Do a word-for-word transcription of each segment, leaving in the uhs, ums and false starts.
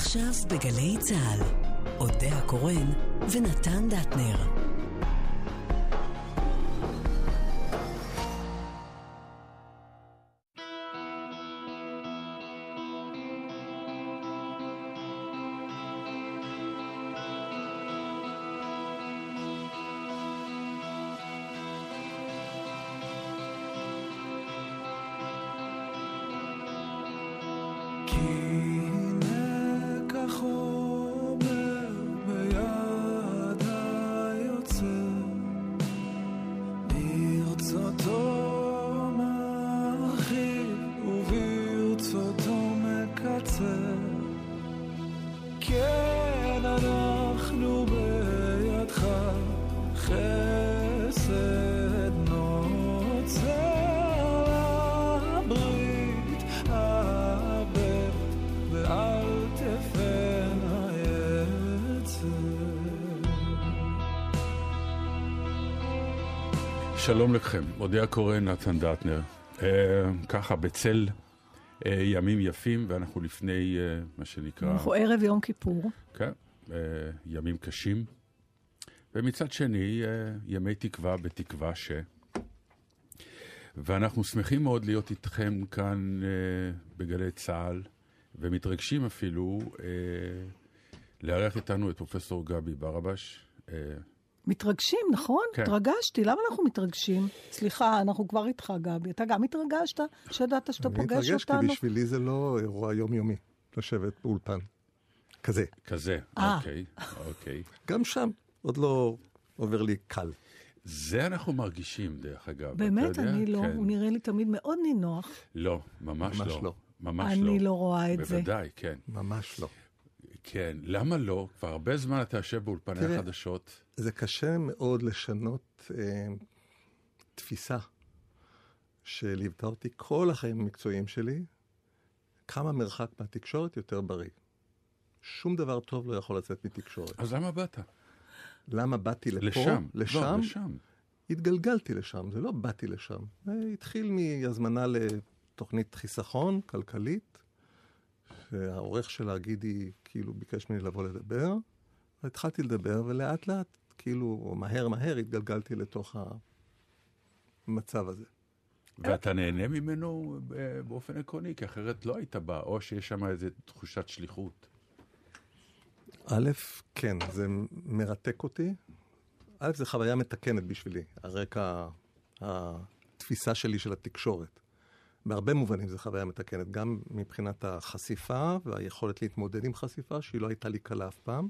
עכשיו בגלי צהל, אודיה הקורן ונתן דטנר. שלום לכם, אודיה הקורן, נתן דטנר. אה, ככה, בצל אה, ימים יפים, ואנחנו לפני אה, מה שנקרא... אנחנו ערב יום כיפור. כן, אה, ימים קשים. ומצד שני, אה, ימי תקווה בתקווה ש... ואנחנו שמחים מאוד להיות איתכם כאן אה, בגלי צהל, ומתרגשים אפילו אה, לארח איתנו את פרופסור גבי ברבש, אה, מתרגשים, נכון? כן. התרגשתי. למה אנחנו מתרגשים? סליחה, אנחנו כבר איתך, גבי. אתה גם התרגשת? שידעת שאתה פוגש אותנו? אני מתרגש, כי בשבילי זה לא אירוע יומיומי, לשבת באולפן. כזה. כזה, 아. אוקיי, אוקיי. גם שם עוד לא עובר לי קל. זה אנחנו מרגישים, דרך אגב. באמת, אני לא. כן. הוא נראה לי תמיד מאוד נינוח. לא, ממש, ממש לא. לא. ממש אני לא. לא רואה את זה. בוודאי, כן. ממש לא. כן, למה לא? כבר הרבה זמן אתה יושב באולפני תראה, החדשות. זה קשה מאוד לשנות אה, תפיסה שליוותה אותי כל החיים המקצועיים שלי, כמה מרחק מהתקשורת יותר בריא. שום דבר טוב לא יכול לצאת מתקשורת. אז למה באת? למה באתי לפה? לשם. לשם? לא, לשם. התגלגלתי לשם, זה לא באתי לשם. זה התחיל מהזמנה לתוכנית חיסכון כלכלית, שהעורך שלה, גידי, כאילו ביקש ממני לבוא לדבר, והתחלתי לדבר, ולאט לאט, כאילו, מהר מהר, התגלגלתי לתוך המצב הזה. ואתה נהנה ממנו באופן עקרוני, כי אחרת לא היית בא, או שיש שם איזו תחושת שליחות. א', כן, זה מרתק אותי. א', זה חוויה מתקנת בשבילי, הרקע, התפיסה שלי של התקשורת. בהרבה מובנים זה חוויה מתקנת, גם מבחינת החשיפה והיכולת להתמודד עם חשיפה, שהיא לא הייתה לי קלה אף פעם.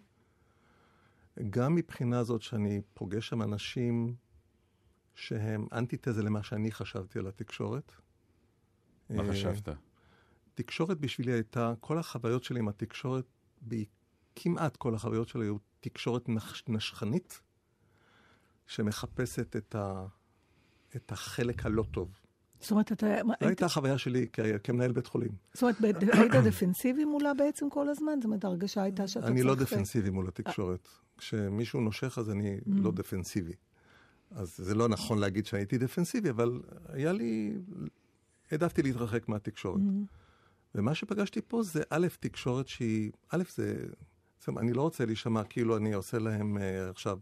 גם מבחינה זאת שאני פוגש שם אנשים שהם אנטיתזה למה שאני חשבתי על התקשורת. מה חשבת? תקשורת בשבילי הייתה, כל החוויות שלי עם התקשורת, כמעט כל החוויות שלי היו תקשורת נשכנית, שמחפשת את, ה, את החלק הלא טוב. זאת אומרת, אתה... זו הייתה החוויה שלי כמנהל בית חולים. זאת אומרת, היית דפנסיבי מולה בעצם כל הזמן? זאת אומרת, הרגשה הייתה שאתה צריך... אני לא דפנסיבי מול התקשורת. כשמישהו נושך, אז אני לא דפנסיבי. אז זה לא נכון להגיד שהייתי דפנסיבי, אבל היה לי... העדפתי להתרחק מהתקשורת. ומה שפגשתי פה זה א', תקשורת שהיא... א', זה... אני לא רוצה להישמע כאילו אני עושה להם עכשיו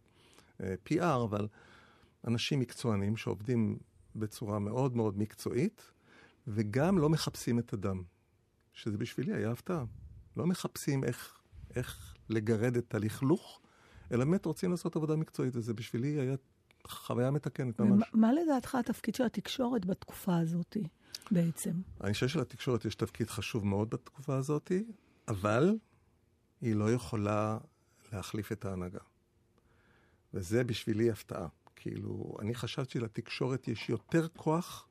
פי אר, אבל אנשים מקצוענים שעובדים בצורה מאוד מאוד מקצועית, וגם לא מחפשים את הדם, שזה בשבילי היה הפתעה. לא מחפשים איך, איך לגרד את הלכלוך, אלא באמת רוצים לעשות עבודה מקצועית, וזה בשבילי היה חוויה מתקנת ממש. מה לדעתך התפקיד של התקשורת בתקופה הזאת בעצם? אני חושב שלתקשורת יש תפקיד חשוב מאוד בתקופה הזאת, אבל היא לא יכולה להחליף את ההנהגה. וזה בשבילי הפתעה. כאילו, אני חשבתי שלתקשורת יש יותר כוח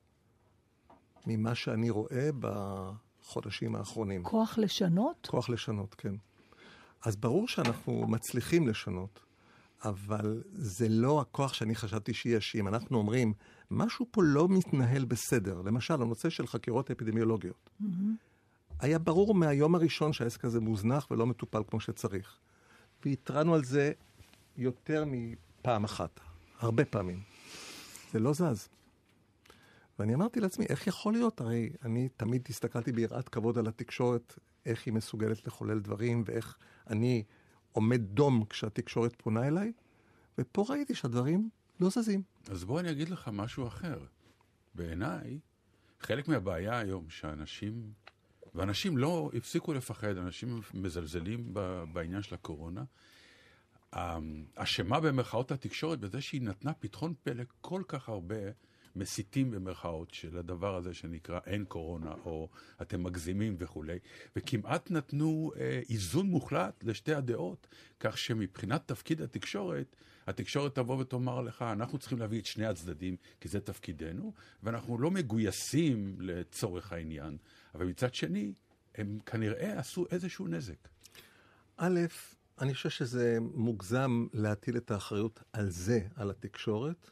ממה שאני רואה בחודשים האחרונים. כוח לשנות? כוח לשנות, כן. אז ברור שאנחנו מצליחים לשנות, אבל זה לא הכוח שאני חשבתי שיש. אם אנחנו אומרים, משהו פה לא מתנהל בסדר, למשל, הנושא של חקירות אפידמיולוגיות. Mm-hmm. היה ברור מהיום הראשון שהעסק הזה מוזנח ולא מטופל כמו שצריך. והתרענו על זה יותר מפעם אחת. הרבה פעמים. זה לא זז. ואני אמרתי לעצמי, איך יכול להיות? הרי אני תמיד הסתכלתי ביראת כבוד על התקשורת, איך היא מסוגלת לחולל דברים, ואיך אני עומד דום כשהתקשורת פונה אליי, ופה ראיתי שהדברים לא זזים. אז בוא אני אגיד לך משהו אחר. בעיניי, חלק מהבעיה היום שאנשים, ואנשים לא הפסיקו לפחד, אנשים מזלזלים בעניין של הקורונה, האשמה במרכאות התקשורת בזה שהיא נתנה פתחון פה לכל כך הרבה מסיתים במרכאות של הדבר הזה שנקרא אין קורונה, או אתם מגזימים וכו'. וכמעט נתנו אה, איזון מוחלט לשתי הדעות, כך שמבחינת תפקיד התקשורת, התקשורת תבוא ותאמר לך, אנחנו צריכים להביא את שני הצדדים, כי זה תפקידנו, ואנחנו לא מגויסים לצורך העניין. אבל מצד שני, הם כנראה עשו איזשהו נזק. א', אני חושב שזה מוגזם להטיל את האחריות על זה, על התקשורת,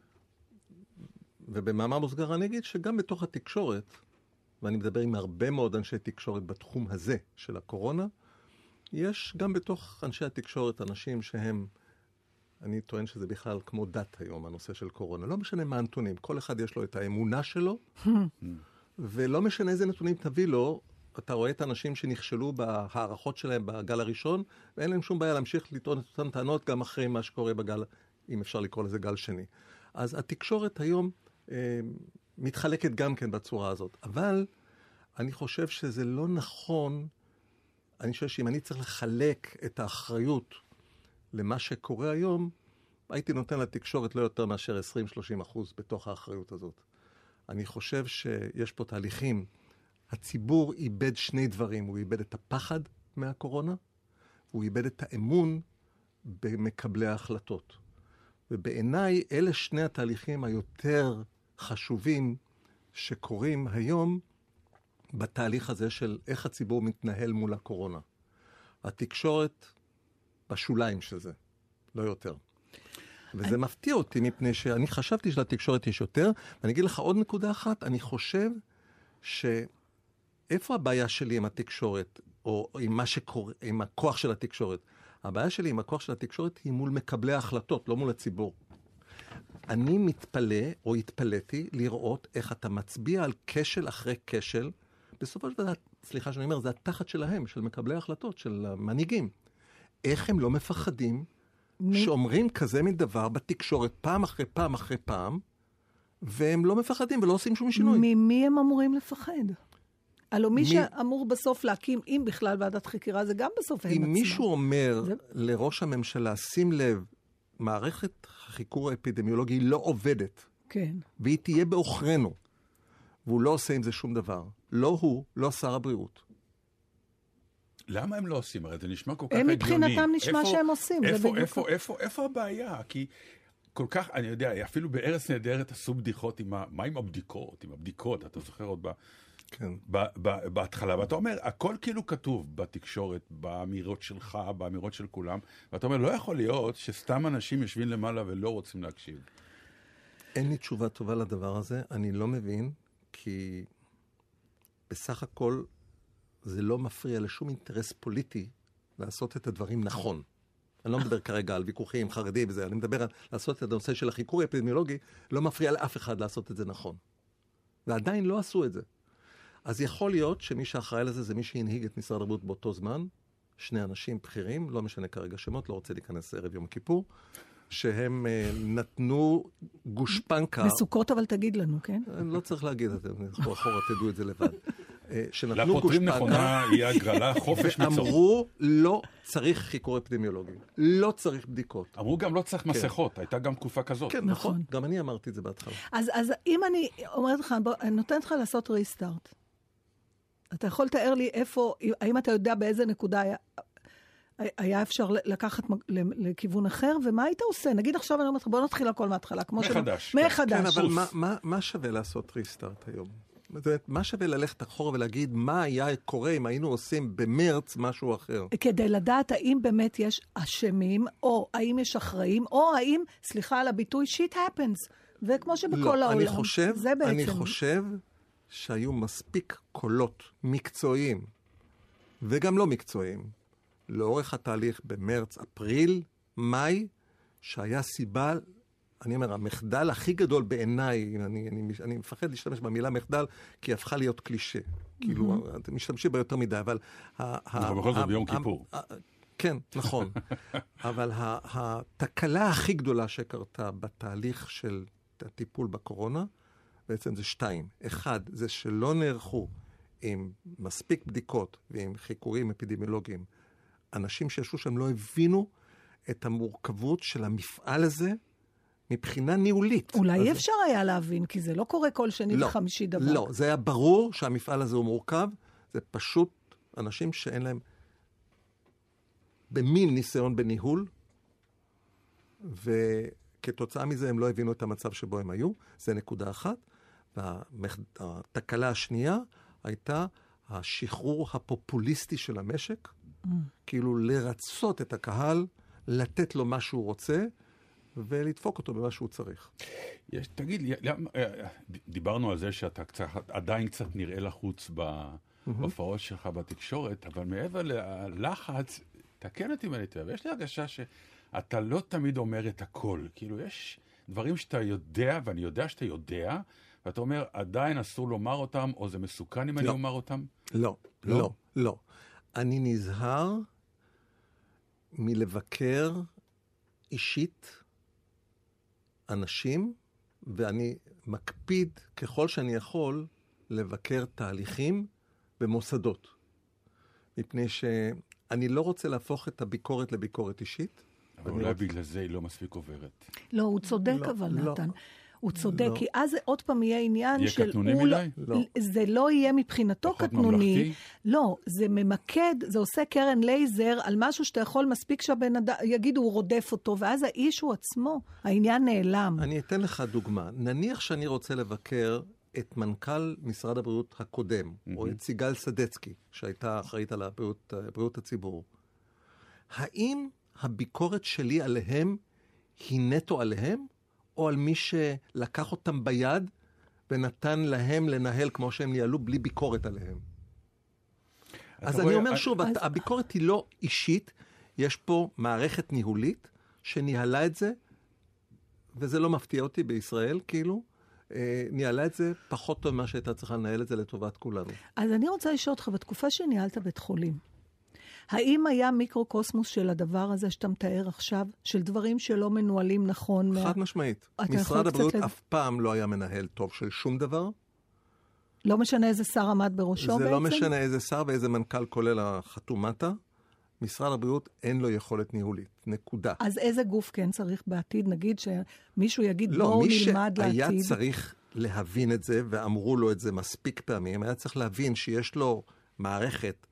ובמאמר מוסגר אני אגיד שגם בתוך התקשורת, ואני מדבר עם הרבה מאוד אנשי תקשורת בתחום הזה של הקורונה, יש גם בתוך אנשי התקשורת אנשים שהם, אני טוען שזה בכלל כמו דת היום, הנושא של קורונה. לא משנה מה הנתונים, כל אחד יש לו את האמונה שלו, ולא משנה איזה נתונים תביא לו, אתה רואה את האנשים שנכשלו בהערכות שלהם בגל הראשון, ואין להם שום בעיה להמשיך לטעון את אותן טענות גם אחרי מה שקורה בגל, אם אפשר לקרוא לזה גל שני. אז התקשורת היום אה, מתחלקת גם כן בצורה הזאת. אבל אני חושב שזה לא נכון, אני חושב שאם אני צריך לחלק את האחריות למה שקורה היום, הייתי נותן לתקשורת לא יותר מאשר עשרים שלושים אחוז בתוך האחריות הזאת. אני חושב שיש פה תהליכים. הציבור איבד שני דברים. הוא איבד את הפחד מהקורונה, והוא איבד את האמון במקבלי ההחלטות. ובעיניי אלה שני התהליכים היותר חשובים שקורים היום בתהליך הזה של איך הציבור מתנהל מול הקורונה. התקשורת בשוליים של זה, לא יותר. וזה אני... מפתיע אותי מפני שאני חשבתי שלתקשורת יש יותר, ואני אגיד לך עוד נקודה אחת, אני חושב שאיפה הבעיה שלי עם התקשורת, או עם מה שקורה, עם הכוח של התקשורת? הבעיה שלי עם הכוח של התקשורת היא מול מקבלי ההחלטות, לא מול הציבור. אני מתפלא או התפלאתי לראות איך אתה מצביע על כשל אחרי כשל, בסופו של דבר, סליחה שאני אומר, זה התחת שלהם, של מקבלי ההחלטות, של המנהיגים. איך הם לא מפחדים מי... שאומרים כזה מדבר בתקשורת פעם אחרי פעם אחרי פעם, והם לא מפחדים ולא עושים שום שינוי. ממי הם אמורים לפחד? הלוא מי, מי שאמור בסוף להקים, אם בכלל ועדת חקירה, זה גם בסוף הם עצמם. אם מישהו אומר זה... לראש הממשלה, שים לב, מערכת החיקור האפידמיולוגי לא עובדת. כן. והיא תהיה באוכרנו. והוא לא עושה עם זה שום דבר. לא הוא, לא שר הבריאות. למה הם לא עושים? הרי זה נשמע כל כך הם הגיוני. מבחינתם נשמע איפה, שהם עושים. איפה, זה איפה, איפה, איפה, איפה הבעיה? כי כל כך, אני יודע, אפילו בארץ נהדרת עשו בדיחות עם ה... מה עם הבדיקות? עם הבדיקות, אתה זוכר עוד ב... כן. ב, ב, בהתחלה, ואתה אומר, הכל כאילו כתוב בתקשורת, באמירות שלך, באמירות של כולם, ואתה אומר, לא יכול להיות שסתם אנשים יושבים למעלה ולא רוצים להקשיב. אין לי תשובה טובה לדבר הזה, אני לא מבין, כי בסך הכל זה לא מפריע לשום אינטרס פוליטי לעשות את הדברים נכון. אני לא מדבר כרגע על ויכוחים, חרדים וזה, אני מדבר על לעשות את הנושא של החיקור האפידמיולוגי, לא מפריע לאף אחד לעשות את זה נכון. ועדיין לא עשו את זה. אז יכול להיות שמי שאחראי לזה זה מי שהנהיג את משרד הבריאות באותו זמן, שני אנשים בכירים, לא משנה כרגע שמות, לא רוצה להיכנס ערב יום הכיפור, שהם uh, נתנו גושפנקה. בסוכות אבל תגיד לנו, כן? לא צריך להגיד את זה, אנחנו אחורה תדעו את זה לבד. לפותרים נכונה יהיה הגרלה, חופש מצור. ואמרו, לא צריך חיקור אפידמיולוגי, לא צריך בדיקות. אמרו גם לא צריך מסכות, הייתה גם תקופה כזאת. כן, נכון. גם אני אמרתי את זה בהתחלה. אז אם אני אומרת לך, אני נותנת לך לעשות ריסטארט. אתה יכול לתאר לי איפה, האם אתה יודע באיזה נקודה היה, היה אפשר לקחת לכיוון אחר, ומה היית עושה? נגיד עכשיו אני אומרת לך, בוא נתחיל הכל מההתחלה. מחדש. מחדש. כן, אבל מה, מה, מה שווה לעשות ריסטארט היום? זאת אומרת, מה שווה ללכת אחורה ולהגיד מה היה קורה אם היינו עושים במרץ משהו אחר? כדי לדעת האם באמת יש אשמים, או האם יש אחראים, או האם, סליחה על הביטוי, shit happens. וכמו שבכל לא, העולם. אני חושב, זה בעצם... אני חושב שהיו מספיק קולות מקצועיים, וגם לא מקצועיים, לאורך התהליך במרץ, אפריל, מאי, שהיה סיבה אני אומר, המחדל הכי גדול בעיניי, אני, אני, אני מפחד להשתמש במילה מחדל, כי היא הפכה להיות קלישה. כאילו, אתם משתמשים בה יותר מדי, אבל... אנחנו בכל זאת ביום כיפור. כן, נכון. אבל התקלה הכי גדולה שקרתה בתהליך של הטיפול בקורונה, בעצם זה שתיים. אחד, זה שלא נערכו עם מספיק בדיקות ועם חיקורים אפידמיולוגיים, אנשים שישבו שהם לא הבינו את המורכבות של המפעל הזה, מבחינה ניהולית. אולי אי אז... אפשר היה להבין, כי זה לא קורה כל שני לא, וחמישי דבר. לא, זה היה ברור שהמפעל הזה הוא מורכב, זה פשוט אנשים שאין להם במין ניסיון בניהול, וכתוצאה מזה הם לא הבינו את המצב שבו הם היו, זה נקודה אחת. והתקלה השנייה הייתה השחרור הפופוליסטי של המשק, mm. כאילו לרצות את הקהל, לתת לו מה שהוא רוצה, ולדפוק אותו במה שהוא צריך. יש, תגיד, דיברנו על זה שאתה קצת, עדיין קצת נראה לחוץ בהופעות שלך בתקשורת, אבל מעבר ללחץ, תקן אותי מה נתראה, ויש לי הרגשה שאתה לא תמיד אומר את הכל. כאילו, יש דברים שאתה יודע, ואני יודע שאתה יודע, ואתה אומר, עדיין אסור לומר אותם, או זה מסוכן אם אני אומר אותם? לא, לא, לא. אני נזהר מלבקר אישית אנשים, ואני מקפיד ככל שאני יכול לבקר תהליכים במוסדות. מפני שאני לא רוצה להפוך את הביקורת לביקורת אישית. אבל אולי רוצה... בגלל זה היא לא מספיק עוברת. לא, הוא צודק לא, אבל לא. נתן. הוא צודק, לא. כי אז זה עוד פעם יהיה עניין יהיה של... יהיה קטנוני מדי? לא. זה לא יהיה מבחינתו קטנוני. ממלכתי? לא, זה ממקד, זה עושה קרן לייזר על משהו שאתה יכול מספיק שהבן אדם, יגידו, הוא רודף אותו, ואז האיש הוא עצמו, העניין נעלם. אני אתן לך דוגמה. נניח שאני רוצה לבקר את מנכ"ל משרד הבריאות הקודם, mm-hmm. או את סיגל סדצקי, שהייתה אחראית על הבריאות, בריאות הציבור. האם הביקורת שלי עליהם היא נטו עליהם? או על מי שלקח אותם ביד ונתן להם לנהל כמו שהם ניהלו בלי ביקורת עליהם. אז אני אומר שוב, הביקורת היא לא אישית, יש פה מערכת ניהולית שניהלה את זה, וזה לא מפתיע אותי בישראל, כאילו, ניהלה את זה פחות טוב ממה שהייתה צריכה לנהל את זה לטובת כולנו. אז אני רוצה לשאול אותך, בתקופה שניהלת בית חולים, האם היה מיקרוקוסמוס של הדבר הזה שאתה מתאר עכשיו, של דברים שלא מנוהלים נכון? חד מה... משמעית. משרד הבריאות לד... אף פעם לא היה מנהל טוב של שום דבר. לא משנה איזה שר עמד בראשו זה בעצם? זה לא משנה איזה שר ואיזה מנכ"ל כולל החתומטה. משרד הבריאות אין לו יכולת ניהולית. נקודה. אז איזה גוף כן צריך בעתיד? נגיד שמישהו יגיד לא, בואו מי נלמד לעתיד. שהיה צריך להבין את זה, ואמרו לו את זה מספיק פעמים, היה צריך להבין שיש לו מערכת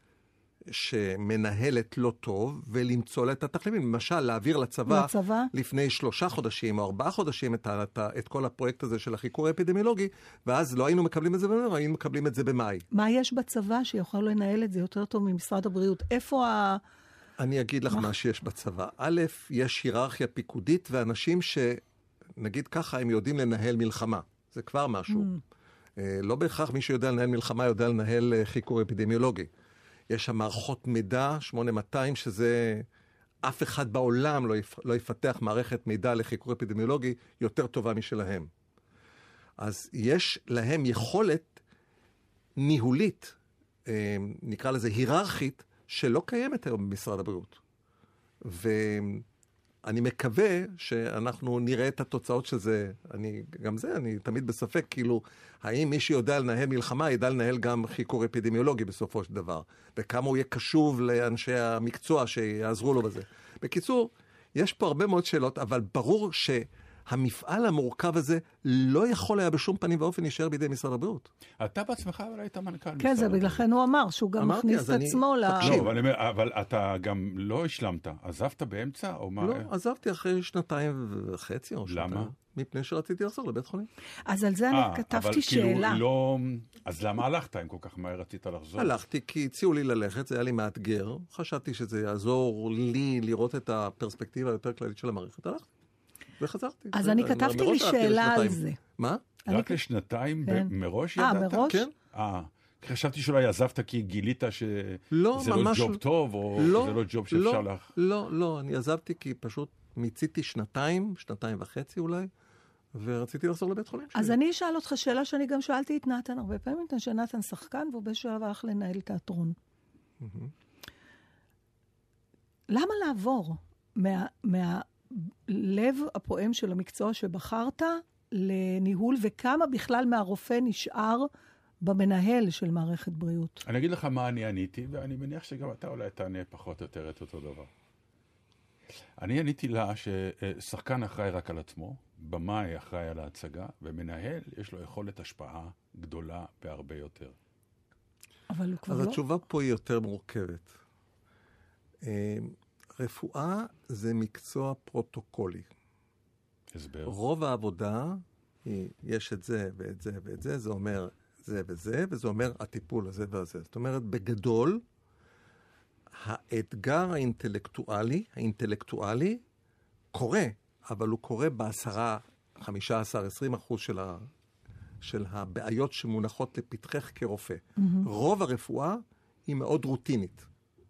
שמנהלת לא טוב, ולמצוא לה את התחלימים. למשל, להעביר לצבא, לצבא? לפני שלושה חודשים או ארבעה חודשים את, את, את כל הפרויקט הזה של החיקור האפידמיולוגי, ואז לא היינו מקבלים את זה בנובמבר, היינו מקבלים את זה במאי. מה יש בצבא שיכול לנהל את זה יותר טוב ממשרד הבריאות? איפה ה... אני אגיד לך מה, מה שיש בצבא. א', יש היררכיה פיקודית, ואנשים שנגיד ככה, הם יודעים לנהל מלחמה. זה כבר משהו. Mm. לא בהכרח מי שיודע לנהל מלחמה יודע לנהל חיקור אפידמיולוגי. יש שם מערכות מידע, שמונה מאתיים, שזה אף אחד בעולם לא, יפ... לא יפתח מערכת מידע לחיקור אפידמיולוגי יותר טובה משלהם. אז יש להם יכולת ניהולית, נקרא לזה היררכית, שלא קיימת היום במשרד הבריאות. ואני מקווה שאנחנו נראה את התוצאות של זה. אני, גם זה, אני תמיד בספק, כאילו, האם מי שיודע לנהל מלחמה, ידע לנהל גם חיקור אפידמיולוגי בסופו של דבר. וכמה הוא יהיה קשוב לאנשי המקצוע שיעזרו לו בזה. בקיצור, יש פה הרבה מאוד שאלות, אבל ברור שהמפעל המורכב הזה לא יכול היה בשום פנים ואופן להישאר בידי משרד הבריאות. אתה בעצמך אבל היית מנכ"ל. כן, זה בגללכן הוא אמר, שהוא גם מכניס את עצמו ל... לא, אבל אתה גם לא השלמת. עזבת באמצע או מה? לא, עזבתי אחרי שנתיים וחצי או שנתיים. למה? מפני שרציתי לחזור לבית חולים. אז על זה אני כתבתי שאלה. אז למה הלכת אם כל כך מהר רצית לחזור? הלכתי כי הציעו לי ללכת, זה היה לי מאתגר. חשבתי שזה יעזור לי לראות את הפרספקטיבה היותר כללית של המערכת. הלכתי וחזרתי. אז אני כתבתי לי שאלה על זה. מה? רק לשנתיים מראש ידעת? אה, מראש? כן. אה, חשבתי שאולי עזבת כי גילית שזה לא ג'וב טוב, או זה לא ג'וב שאפשר לך. לא, לא, אני עזבתי כי פשוט מיציתי שנתיים, שנתיים וחצי אולי, ורציתי לחזור לבית חולים שלי. אז אני אשאל אותך שאלה שאני גם שאלתי את נתן הרבה פעמים, שנתן שחקן, והוא בשלב הלך לנהל תיאטרון. למה לעבור מה, מהלב הפועם של המקצוע שבחרת לניהול, וכמה בכלל מהרופא נשאר במנהל של מערכת בריאות? אני אגיד לך מה אני עניתי, ואני מניח שגם אתה אולי תענה פחות או יותר את אותו דבר. אני עניתי לה ששחקן אחראי רק על עצמו, במאי אחראי על ההצגה, ומנהל יש לו יכולת השפעה גדולה בהרבה יותר. אבל הוא כבר אז לא... התשובה פה היא יותר מורכבת. רפואה זה מקצוע פרוטוקולי. הסבר. רוב העבודה היא, יש את זה ואת זה ואת זה, זה אומר זה וזה, וזה אומר הטיפול הזה והזה. זאת אומרת, בגדול, האתגר האינטלקטואלי, האינטלקטואלי, קורה, אבל הוא קורה בעשרה, חמישה עשר, עשרים אחוז של, ה, של הבעיות שמונחות לפתחך כרופא. Mm-hmm. רוב הרפואה היא מאוד רוטינית.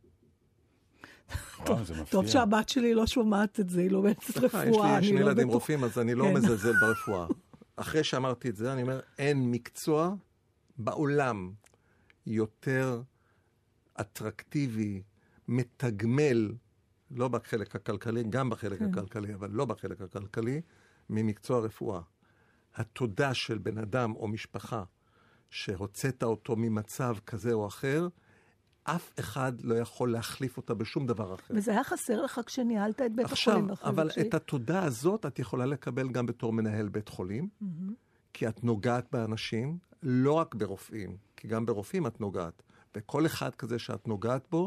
וואו, זה מפתיע. טוב שהבת שלי לא שומעת את זה, היא לומדת רפואה. יש לי שני לא ילדים בטוח... רופאים, אז אני לא כן. מזלזל ברפואה. אחרי שאמרתי את זה, אני אומר, אין מקצוע בעולם יותר אטרקטיבי, מתגמל, לא בחלק הכלכלי, גם בחלק כן. הכלכלי, אבל לא בחלק הכלכלי, ממקצוע רפואה. התודה של בן אדם או משפחה שהוצאת אותו ממצב כזה או אחר, אף אחד לא יכול להחליף אותה בשום דבר אחר. וזה היה חסר לך כשניהלת את בית עכשיו, החולים. עכשיו, אבל את התודה הזאת את יכולה לקבל גם בתור מנהל בית חולים, mm-hmm. כי את נוגעת באנשים, לא רק ברופאים, כי גם ברופאים את נוגעת. וכל אחד כזה שאת נוגעת בו,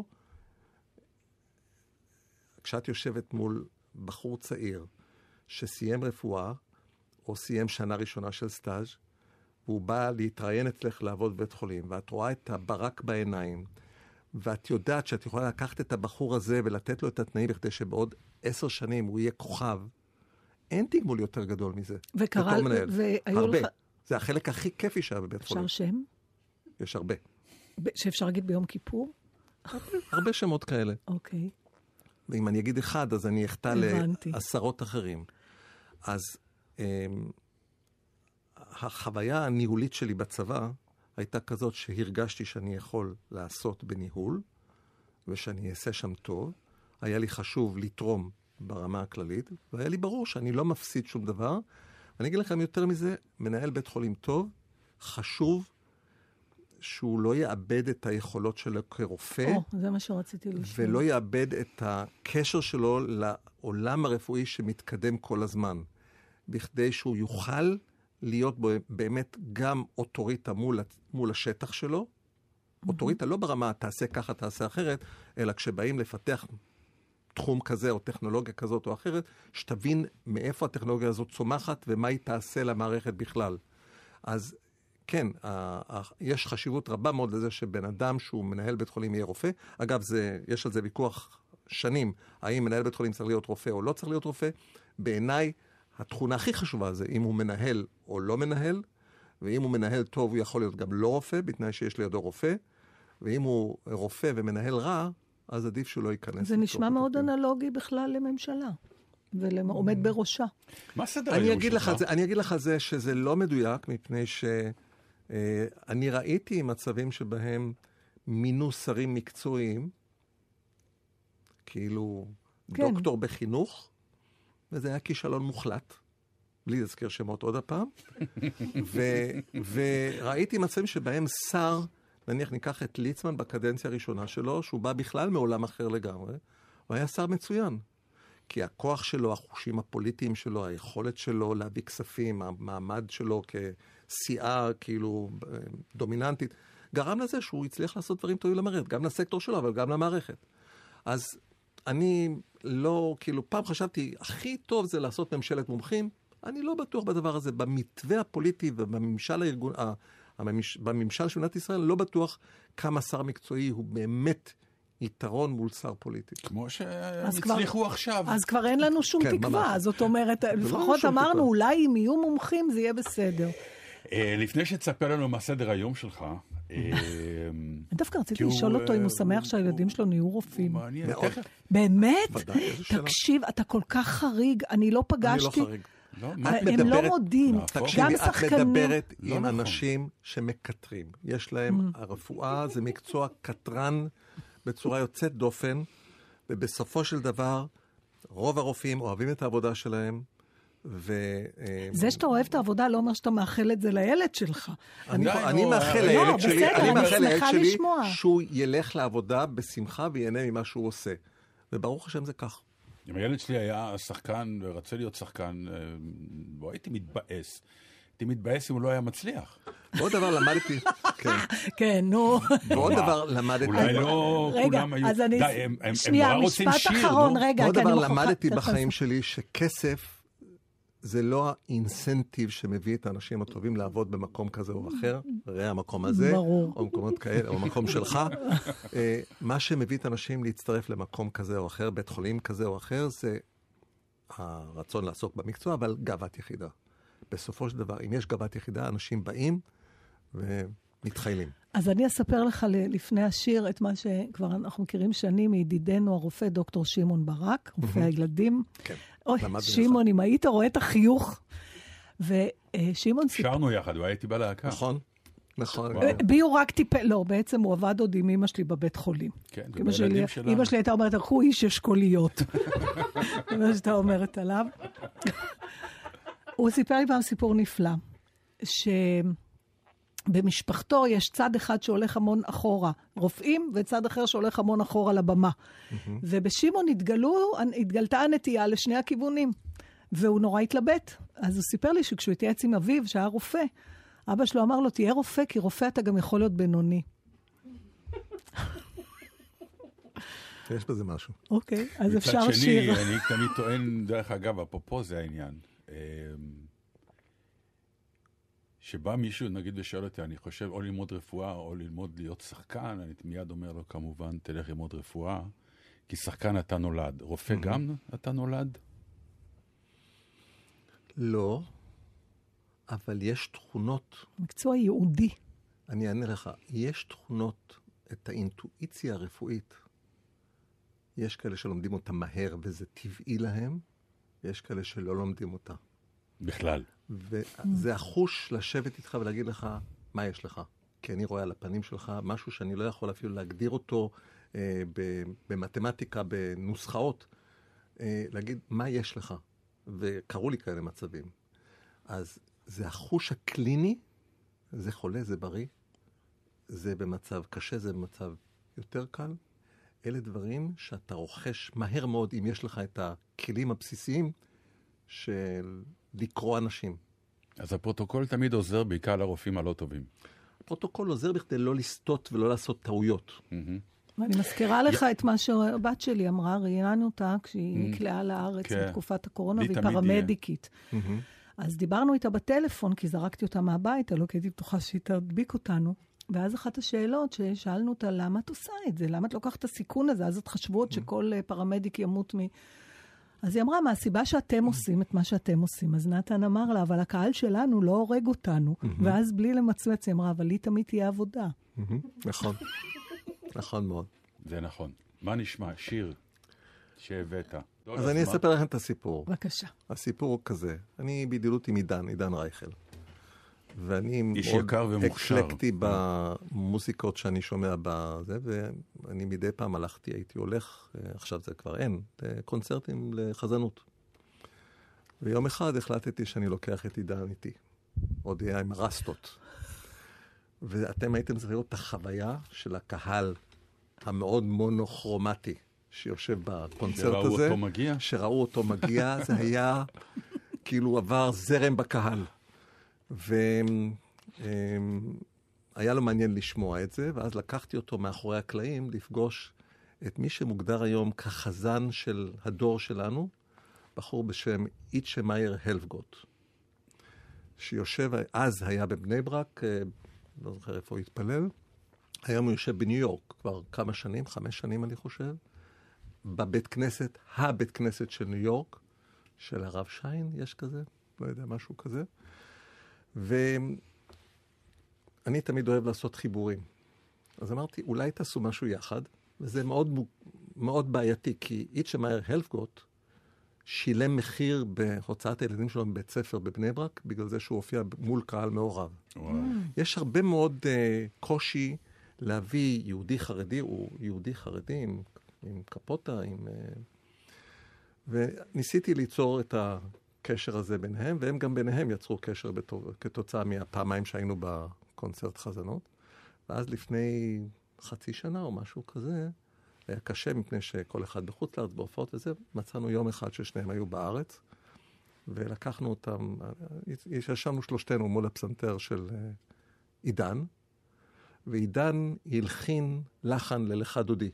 כשאת יושבת מול בחור צעיר שסיים רפואה, או סיים שנה ראשונה של סטאז', והוא בא להתראיין אצלך לעבוד בבית חולים, ואת רואה את הברק בעיניים, ואת יודעת שאת יכולה לקחת את הבחור הזה ולתת לו את התנאים בכדי שבעוד עשר שנים הוא יהיה כוכב, אין תגמול יותר גדול מזה. וקרא, הרבה. לך... זה החלק הכי כיפי שהיה בבית אפשר חולים. אפשר שם? יש הרבה. שאפשר להגיד ביום כיפור? הרבה שמות כאלה. אוקיי. ואם אני אגיד אחד, אז אני אחטא לעשרות אחרים. אז um, החוויה הניהולית שלי בצבא הייתה כזאת שהרגשתי שאני יכול לעשות בניהול, ושאני אעשה שם טוב. היה לי חשוב לתרום ברמה הכללית, והיה לי ברור שאני לא מפסיד שום דבר. ואני אגיד לכם יותר מזה, מנהל בית חולים טוב, חשוב שהוא לא יאבד את היכולות שלו כרופא. או, זה מה שרציתי לשמוע. ולא יאבד את הקשר שלו לעולם הרפואי שמתקדם כל הזמן. בכדי שהוא יוכל להיות בו באמת גם אוטוריטה מול, מול השטח שלו. Mm-hmm. אוטוריטה לא ברמה, תעשה ככה, תעשה אחרת, אלא כשבאים לפתח תחום כזה או טכנולוגיה כזאת או אחרת, שתבין מאיפה הטכנולוגיה הזאת צומחת ומה היא תעשה למערכת בכלל. אז כן, יש חשיבות רבה מאוד לזה שבן אדם שהוא מנהל בית חולים יהיה רופא. אגב, זה, יש על זה ויכוח שנים, האם מנהל בית חולים צריך להיות רופא או לא צריך להיות רופא. בעיניי, התכונה הכי חשובה זה אם הוא מנהל או לא מנהל, ואם הוא מנהל טוב הוא יכול להיות גם לא רופא, בתנאי שיש לידו רופא, ואם הוא רופא ומנהל רע, אז עדיף שהוא לא ייכנס. זה נשמע מאוד אנלוגי בכלל לממשלה, ועומד בראשה. מה סדר היום שלך? אני אגיד לך זה שזה לא מדויק, מפני שאני ראיתי מצבים שבהם מינו שרים מקצועיים, כאילו כן. דוקטור בחינוך, וזה היה כישלון מוחלט, בלי להזכיר שמות עוד הפעם. ו- וראיתי מצבים שבהם שר, נניח ניקח את ליצמן בקדנציה הראשונה שלו, שהוא בא בכלל מעולם אחר לגמרי, הוא היה שר מצוין. כי הכוח שלו, החושים הפוליטיים שלו, היכולת שלו להביא כספים, המעמד שלו כסיעה כאילו דומיננטית, גרם לזה שהוא הצליח לעשות דברים טובים למערכת, גם לסקטור שלו, אבל גם למערכת. אז אני לא, כאילו, פעם חשבתי, הכי טוב זה לעשות ממשלת מומחים, אני לא בטוח בדבר הזה. במתווה הפוליטי ובממשל הארגון, בממשל של מדינת ישראל, לא בטוח כמה שר מקצועי הוא באמת יתרון מול שר פוליטי. כמו שהם הצליחו עכשיו. אז כבר אין לנו שום תקווה. זאת אומרת, לפחות אמרנו, אולי אם יהיו מומחים זה יהיה בסדר. לפני שתספר לנו מה סדר היום שלך, דווקא רציתי לשאול אותו אם הוא שמח שהילדים שלו נהיו רופאים. מעניין, תכף. באמת? תקשיב, אתה כל כך חריג, אני לא פגשתי. אני לא חריג. הם לא מודים. תקשיבי, את מדברת עם אנשים שמקטרים. יש להם, הרפואה זה מקצוע קטרן בצורה יוצאת דופן, ובסופו של דבר, רוב הרופאים אוהבים את העבודה שלהם, ו... זה שאתה אוהב את העבודה לא אומר שאתה מאחל את זה לילד שלך. אני מאחל לילד שלי, אני מאחל לילד שלי שהוא ילך לעבודה בשמחה ויהנה ממה שהוא עושה. וברוך השם זה כך. אם הילד שלי היה שחקן ורצה להיות שחקן, בוא הייתי מתבאס. הייתי מתבאס אם הוא לא היה מצליח. ועוד דבר למדתי... כן, נו. ועוד דבר למדתי... אולי לא כולם היו... די, הם נורא רוצים שיר, נו. ועוד דבר למדתי בחיים שלי שכסף זה לא האינסנטיב שמביא את האנשים הטובים לעבוד במקום כזה או אחר, ראה המקום הזה, ברור. או מקומות כאלה, או מקום שלך. מה שמביא את האנשים להצטרף למקום כזה או אחר, בית חולים כזה או אחר, זה הרצון לעסוק במקצוע, אבל גאוות יחידה. בסופו של דבר, אם יש גאוות יחידה, אנשים באים ומתחיילים. אז אני אספר לך לפני השיר את מה שכבר אנחנו מכירים שנים מידידנו הרופא דוקטור שמעון ברק, רופא הילדים. כן. אוי, שמעון, אם היית רואה את החיוך, ושמעון סיפר... שרנו יחד, הוא הייתי בלהקה. נכון, נכון. בי הוא רק טיפל, לא, בעצם הוא עבד עוד עם אמא שלי בבית חולים. כן, זה בילדים שלנו. אמא שלי הייתה אומרת, הוא איש אשכוליות. זה מה שאתה אומרת עליו. הוא סיפר לי פעם סיפור נפלא, שבמשפחתו יש צד אחד שהולך המון אחורה, רופאים, וצד אחר שהולך המון אחורה לבמה. ובשימון התגלו, התגלתה הנטייה לשני הכיוונים, והוא נורא התלבט. אז הוא סיפר לי שכשהוא התייעץ עם אביו, שהיה רופא, אבא שלו אמר לו, תהיה רופא, כי רופא אתה גם יכול להיות בינוני. יש בזה משהו. אוקיי, אז אפשר שיר. מצד שני, אני תמיד טוען, דרך אגב, אפרופו זה העניין. שבא מישהו, נגיד, ושואל אותי, אני חושב או ללמוד רפואה או ללמוד להיות שחקן, אני מיד אומר לו, כמובן, תלך ללמוד רפואה, כי שחקן אתה נולד. רופא גם אתה נולד? לא, אבל יש תכונות... מקצוע יהודי. אני אענה לך, יש תכונות, את האינטואיציה הרפואית, יש כאלה שלומדים אותה מהר וזה טבעי להם, יש כאלה שלא לומדים אותה. בכלל. וזה החוש לשבת איתך ולהגיד לך, מה יש לך? כי אני רואה על הפנים שלך משהו שאני לא יכול אפילו להגדיר אותו אה, במתמטיקה, בנוסחאות, אה, להגיד, מה יש לך? וקראו לי כאלה מצבים. אז זה החוש הקליני, זה חולה, זה בריא, זה במצב קשה, זה במצב יותר קל. אלה דברים שאתה רוכש מהר מאוד, אם יש לך את הכלים הבסיסיים של לקרוא אנשים. אז הפרוטוקול תמיד עוזר בעיקר לרופאים הלא טובים. הפרוטוקול עוזר בכדי לא לסטות ולא לעשות טעויות. ואני מזכירה לך את מה שהבת שלי אמרה, ראיינו אותה כשהיא נקלעה לארץ בתקופת הקורונה, והיא פרמדיקית. אז דיברנו איתה בטלפון, כי זרקתי אותה מהבית, לא כי הייתי בטוחה שהיא תדביק אותנו. ואז אחת השאלות ששאלנו אותה, למה את עושה את זה? למה את לוקחת את הסיכון הזה? אז את חשבות שכל פרמדיק ימות מ... אז היא אמרה, מהסיבה שאתם עושים את מה שאתם עושים. אז נתן אמר לה, אבל הקהל שלנו לא הורג אותנו. ואז בלי למצמץ, היא אמרה, אבל לי תמיד תהיה עבודה. נכון. נכון מאוד. זה נכון. מה נשמע? שיר שהבאת. אז אני אספר לכם את הסיפור. בבקשה. הסיפור הוא כזה. אני בידידות עם עידן, עידן רייכל. ואני מאוד אקלקטי במוזיקות שאני שומע בזה, ואני מדי פעם הלכתי, הייתי הולך, עכשיו זה כבר אין, קונצרטים לחזנות. ויום אחד החלטתי שאני לוקח את עידן איתי, עוד היה עם רסטות. ואתם הייתם צריכים לראות את החוויה של הקהל המאוד מונוכרומטי, שיושב בקונצרט הזה. שראו אותו מגיע? שראו אותו מגיע, זה היה כאילו עבר זרם בקהל. והיה לו מעניין לשמוע את זה, ואז לקחתי אותו מאחורי הקלעים לפגוש את מי שמוגדר היום כחזן של הדור שלנו, בחור בשם איצ'ה מאייר הלפגוט, שיושב, אז היה בבני ברק, לא זוכר איפה הוא התפלל, היום הוא יושב בניו יורק, כבר כמה שנים, חמש שנים אני חושב, בבית כנסת, הבית כנסת של ניו יורק, של הרב שיין, יש כזה, לא יודע, משהו כזה. אני תמיד אוהב לעשות חיבורים. אז אמרתי, אולי תעשו משהו יחד, וזה מאוד, מאוד בעייתי, כי איצ'מאייר הלפגוט שילם מחיר בהוצאת הילדים שלו מבית ספר בבני ברק, בגלל זה שהוא הופיע מול קהל מעורב. וואו. יש הרבה מאוד uh, קושי להביא יהודי חרדי, הוא יהודי חרדי עם, עם קפוטה, עם... Uh, וניסיתי ליצור את הקשר הזה ביניהם, והם גם ביניהם יצרו קשר בתור, כתוצאה מהפעמיים שהיינו בקונצרט חזנות. ואז לפני חצי שנה או משהו כזה, היה קשה מפני שכל אחד בחוץ לארץ, בהופעות וזה, מצאנו יום אחד ששניהם היו בארץ, ולקחנו אותם, ישבנו שלושתנו מול הפסנתר של עידן, ועידן הלחין לחן ללך דודי.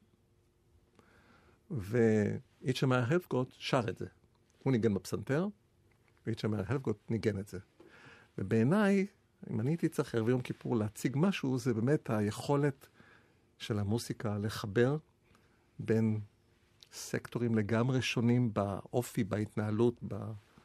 ואיצ'מאייר הלפגוט שר את זה. הוא ניגן בפסנתר, ואיצ'מאייר הלפגוט ניגן את זה. ובעיניי, אם אני הייתי צריך ערב יום כיפור להציג משהו, זה באמת היכולת של המוסיקה לחבר בין סקטורים לגמרי שונים באופי, בהתנהלות, ב...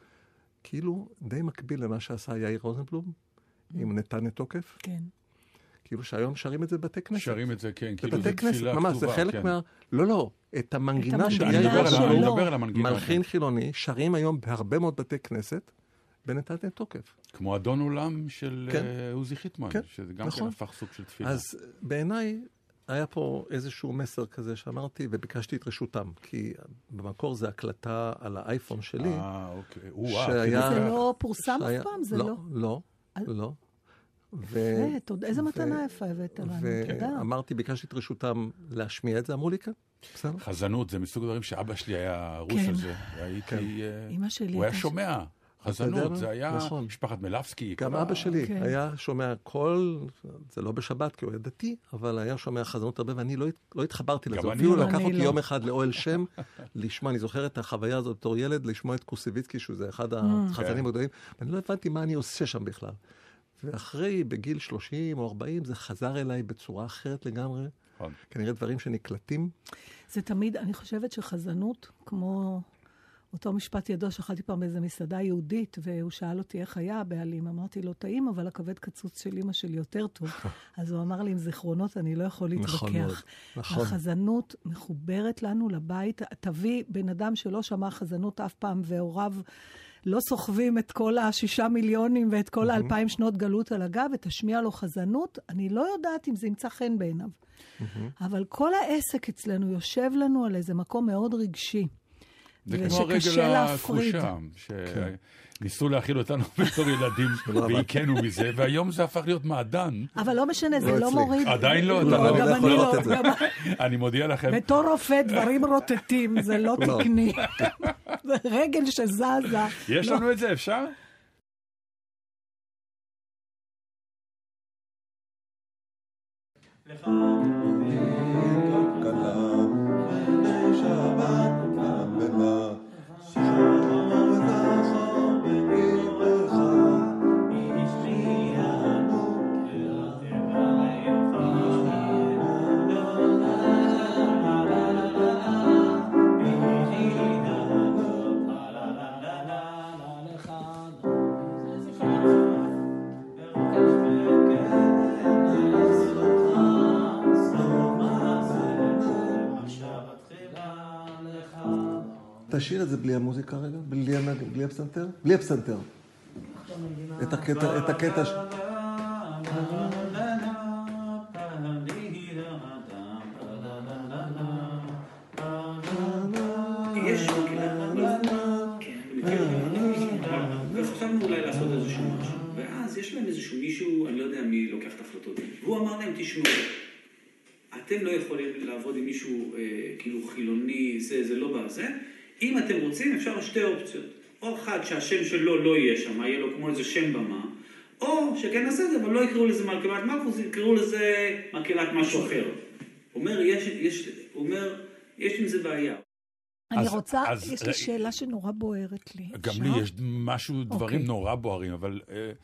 כאילו די מקביל למה שעשה יאיר רוזנבלום, mm. עם נתן תוקף. כן. כאילו שהיום שרים את זה בבתי כנסת. שרים את זה, כן, כאילו זה תפילה כתובה. ממש, זה חלק כן. מה... לא, לא, את המנגינה של יאיר רוזנבלום. אני מדבר על המנגינה. מלחין חילוני, שרים היום בהרבה מאוד בתי כנסת, בנתן תוקף. כמו אדון עולם של כן. עוזי חיטמן, כן. שזה גם נכון. כן הפך סוג של תפילה. אז בעיניי היה פה איזשהו מסר כזה שאמרתי, וביקשתי את רשותם, כי במקור זה הקלטה על האייפון שלי. אה, אוקיי. שהיה... זה לא פורסם שהיה... אף פעם? זה לא, לא? לא, על... לא. ו... יפה, איזה ו... מתנה יפה הבאת לנו, תודה. ואמרתי, ביקשתי את רשותם להשמיע את זה, אמרו לי כאן. בסדר. חזנות, זה מסוג דברים שאבא שלי היה רוס כן. על זה. הייתי... אמא שלי... הוא היה שומע. חזנות, זה היה נכון. משפחת מלפסקי. גם אבא שלי כן. היה שומע כל, זה לא בשבת כי הוא היה דתי, אבל היה שומע חזנות הרבה, ואני לא, לא התחברתי לזה. אפילו לקח אותי לא. יום אחד לאוהל שם, לשמוע, אני זוכר את החוויה הזאת בתור ילד, לשמוע את קוסיביצקי, שזה אחד החזנים הגדולים, ואני לא הבנתי מה אני עושה שם בכלל. ואחרי, בגיל שלושים או ארבעים, זה חזר אליי בצורה אחרת לגמרי. כנראה דברים שנקלטים. זה תמיד, אני חושבת שחזנות, כמו... אותו משפט ידוע שאכלתי פעם באיזו מסעדה יהודית, והוא שאל אותי איך היה הבעלים. אמרתי לו, טעים, אבל הכבד קצוץ של אמא שלי יותר טוב. אז הוא אמר לי, עם זיכרונות אני לא יכול להתווכח. נכון. החזנות מחוברת לנו לבית. תביא בן אדם שלא שמע חזנות אף פעם, והוריו לא סוחבים את כל השישה מיליונים ואת כל האלפיים שנות גלות על הגב, ותשמיע לו חזנות. אני לא יודעת אם זה ימצא חן בעיניו. אבל כל העסק אצלנו יושב לנו על איזה מקום מאוד רגשי. זה כמו הרגל הכחושה, שניסו להכיל אותנו בתור ילדים, והיקנו מזה, והיום זה הפך להיות מעדן. אבל לא משנה, זה לא מוריד. עדיין לא, גם אני לא. אני מודיע לכם. בתור רופא דברים רוטטים, זה לא תקני. זה רגל שזזה. יש לנו את זה, אפשר? לך תשאיר את זה בלי המוזיקה רגע, בלי, בלי הפסנתר, בלי הפסנתר. את הקטע, את הקטע. יש וחשבנו אולי לעשות איזשהו משהו, ואז יש להם איזשהו מישהו, אני לא יודע מי לוקח את ההחלטות, והוא אמר להם, תשמעו, אתם לא יכולים לעבוד עם מישהו כאילו חילוני, זה, זה לא בזה, אם אתם רוצים, אפשר שתי אופציות. או אחד שהשם שלו לא יהיה שם, יהיה לו כמו איזה שם במה, או שכן נעשה את זה, אבל לא יקראו לזה מקהלת מרקוס, יקראו לזה מקהלת משהו אחר. אומר, יש, יש, אומר, יש עם זה בעיה. אני רוצה, יש לי שאלה שנורא בוערת לי. גם לי יש משהו, דברים נורא בוערים, אבל...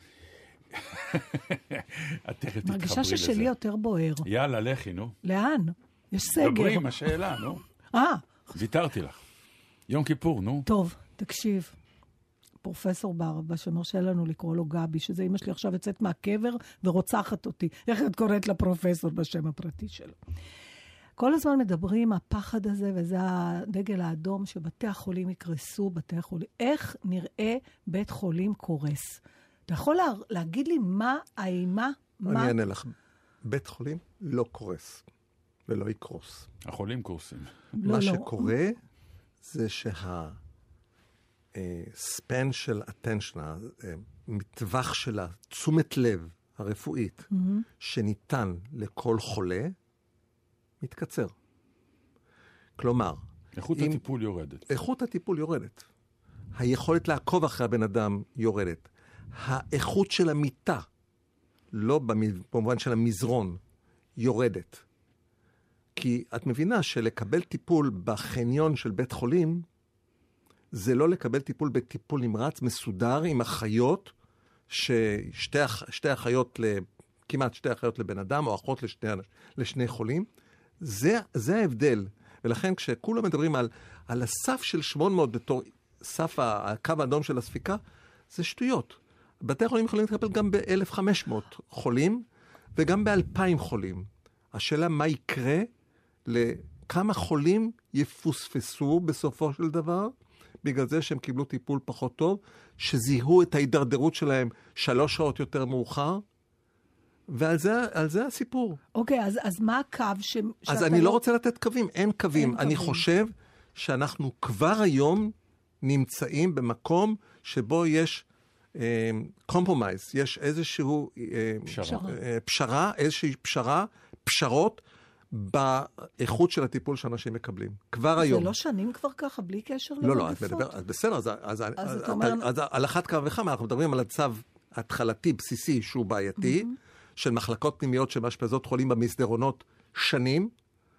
את תכף תתחברי לזה. מרגישה ששלי יותר בוער. יאללה, לכי, נו. לאן? יש סגר. דברי עם השאלה, נו. אה. ויתרתי לך. יום כיפור, נו. טוב, תקשיב. פרופסור בערבה, שמרשה לנו לקרוא לו גבי, שזה אמא שלי עכשיו יוצאת מהקבר ורוצחת אותי. איך את קוראת לפרופסור בשם הפרטי שלו? כל הזמן מדברים, הפחד הזה, וזה הדגל האדום, שבתי החולים יקרסו, בתי החולים. איך נראה בית חולים קורס? אתה יכול לה, להגיד לי מה האימה? אני מה... אענה לך. בית חולים לא קורס, ולא יקרוס. החולים קורסים. לא, מה לא. שקורה זה שה... ספן של attention, מטווח של תשומת לב הרפואית, mm-hmm. שניתן לכל חולה, מתקצר. כלומר, איכות אם... הטיפול יורדת. איכות הטיפול יורדת. היכולת לעקוב אחרי הבן אדם יורדת. האיכות של המיטה, לא במובן של המזרון, יורדת. כי את מבינה שלקבל טיפול בחניון של בית חולים, זה לא לקבל טיפול בטיפול נמרץ מסודר עם אחיות, ששתי שתי אחיות, כמעט שתי אחיות לבן אדם, או אחות לשני, לשני חולים. זה, זה ההבדל. ולכן כשכולם מדברים על, על הסף של שמונה מאות בתור סף הקו האדום של הספיקה, זה שטויות. בתי החולים יכולים לטפל גם ב-אלף וחמש מאות חולים, וגם ב-אלפיים חולים. השאלה מה יקרה לכמה חולים יפוספסו בסופו של דבר, בגלל זה שהם קיבלו טיפול פחות טוב, שזיהו את ההידרדרות שלהם שלוש שעות יותר מאוחר, ועל זה, על זה הסיפור. אוקיי, אז, אז מה הקו ש... אז אני לא רוצה לתת קווים, אין קווים. אני חושב שאנחנו כבר היום נמצאים במקום שבו יש קומפרומייז, יש איזשהו פשרה, איזושהי פשרה, פשרות, באיכות של הטיפול שאנשים מקבלים. כבר היום. זה לא שנים כבר ככה, בלי קשר למגפות? לא, לא, את מדבר, אז בסדר, אז, אז, אז, אומר... אז על אחת כמה וכמה, אנחנו מדברים על הצו התחלתי, בסיסי, שהוא בעייתי, mm-hmm. של מחלקות פנימיות שמאשפזות חולים במסדרונות שנים,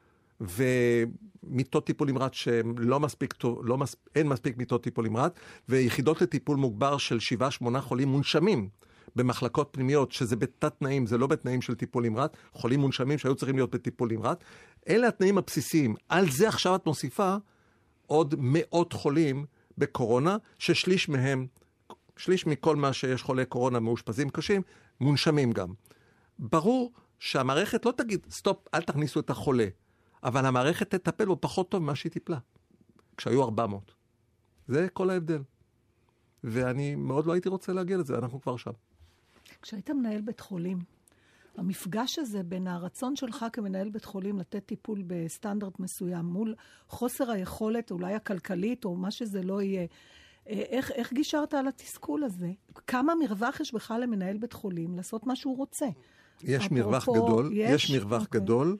ומיטות טיפול נמרץ שלא מספיק, לא מס... אין מספיק מיטות טיפול נמרץ, ויחידות לטיפול מוגבר של שבעה, שמונה חולים מונשמים, במחלקות פנימיות, שזה בתת תנאים, זה לא בתנאים של טיפול נמרץ, חולים מונשמים שהיו צריכים להיות בטיפול נמרץ. אלה התנאים הבסיסיים. על זה עכשיו את מוסיפה עוד מאות חולים בקורונה, ששליש מהם, שליש מכל מה שיש חולי קורונה מאושפזים קשים, מונשמים גם. ברור שהמערכת לא תגיד, סטופ, אל תכניסו את החולה, אבל המערכת תטפל בו פחות טוב ממה שהיא טיפלה, כשהיו ארבע מאות. זה כל ההבדל. ואני מאוד לא הייתי רוצה להגיע לזה, אנחנו כבר שם. כשהיית מנהל בית חולים, המפגש הזה בין הרצון שלך כמנהל בית חולים לתת טיפול בסטנדרט מסוים, מול חוסר היכולת, אולי הכלכלית, או מה שזה לא יהיה, איך, איך גישרת על התסכול הזה? כמה מרווח יש בכלל למנהל בית חולים לעשות מה שהוא רוצה? יש מרווח גדול, יש, יש מרווח okay. גדול,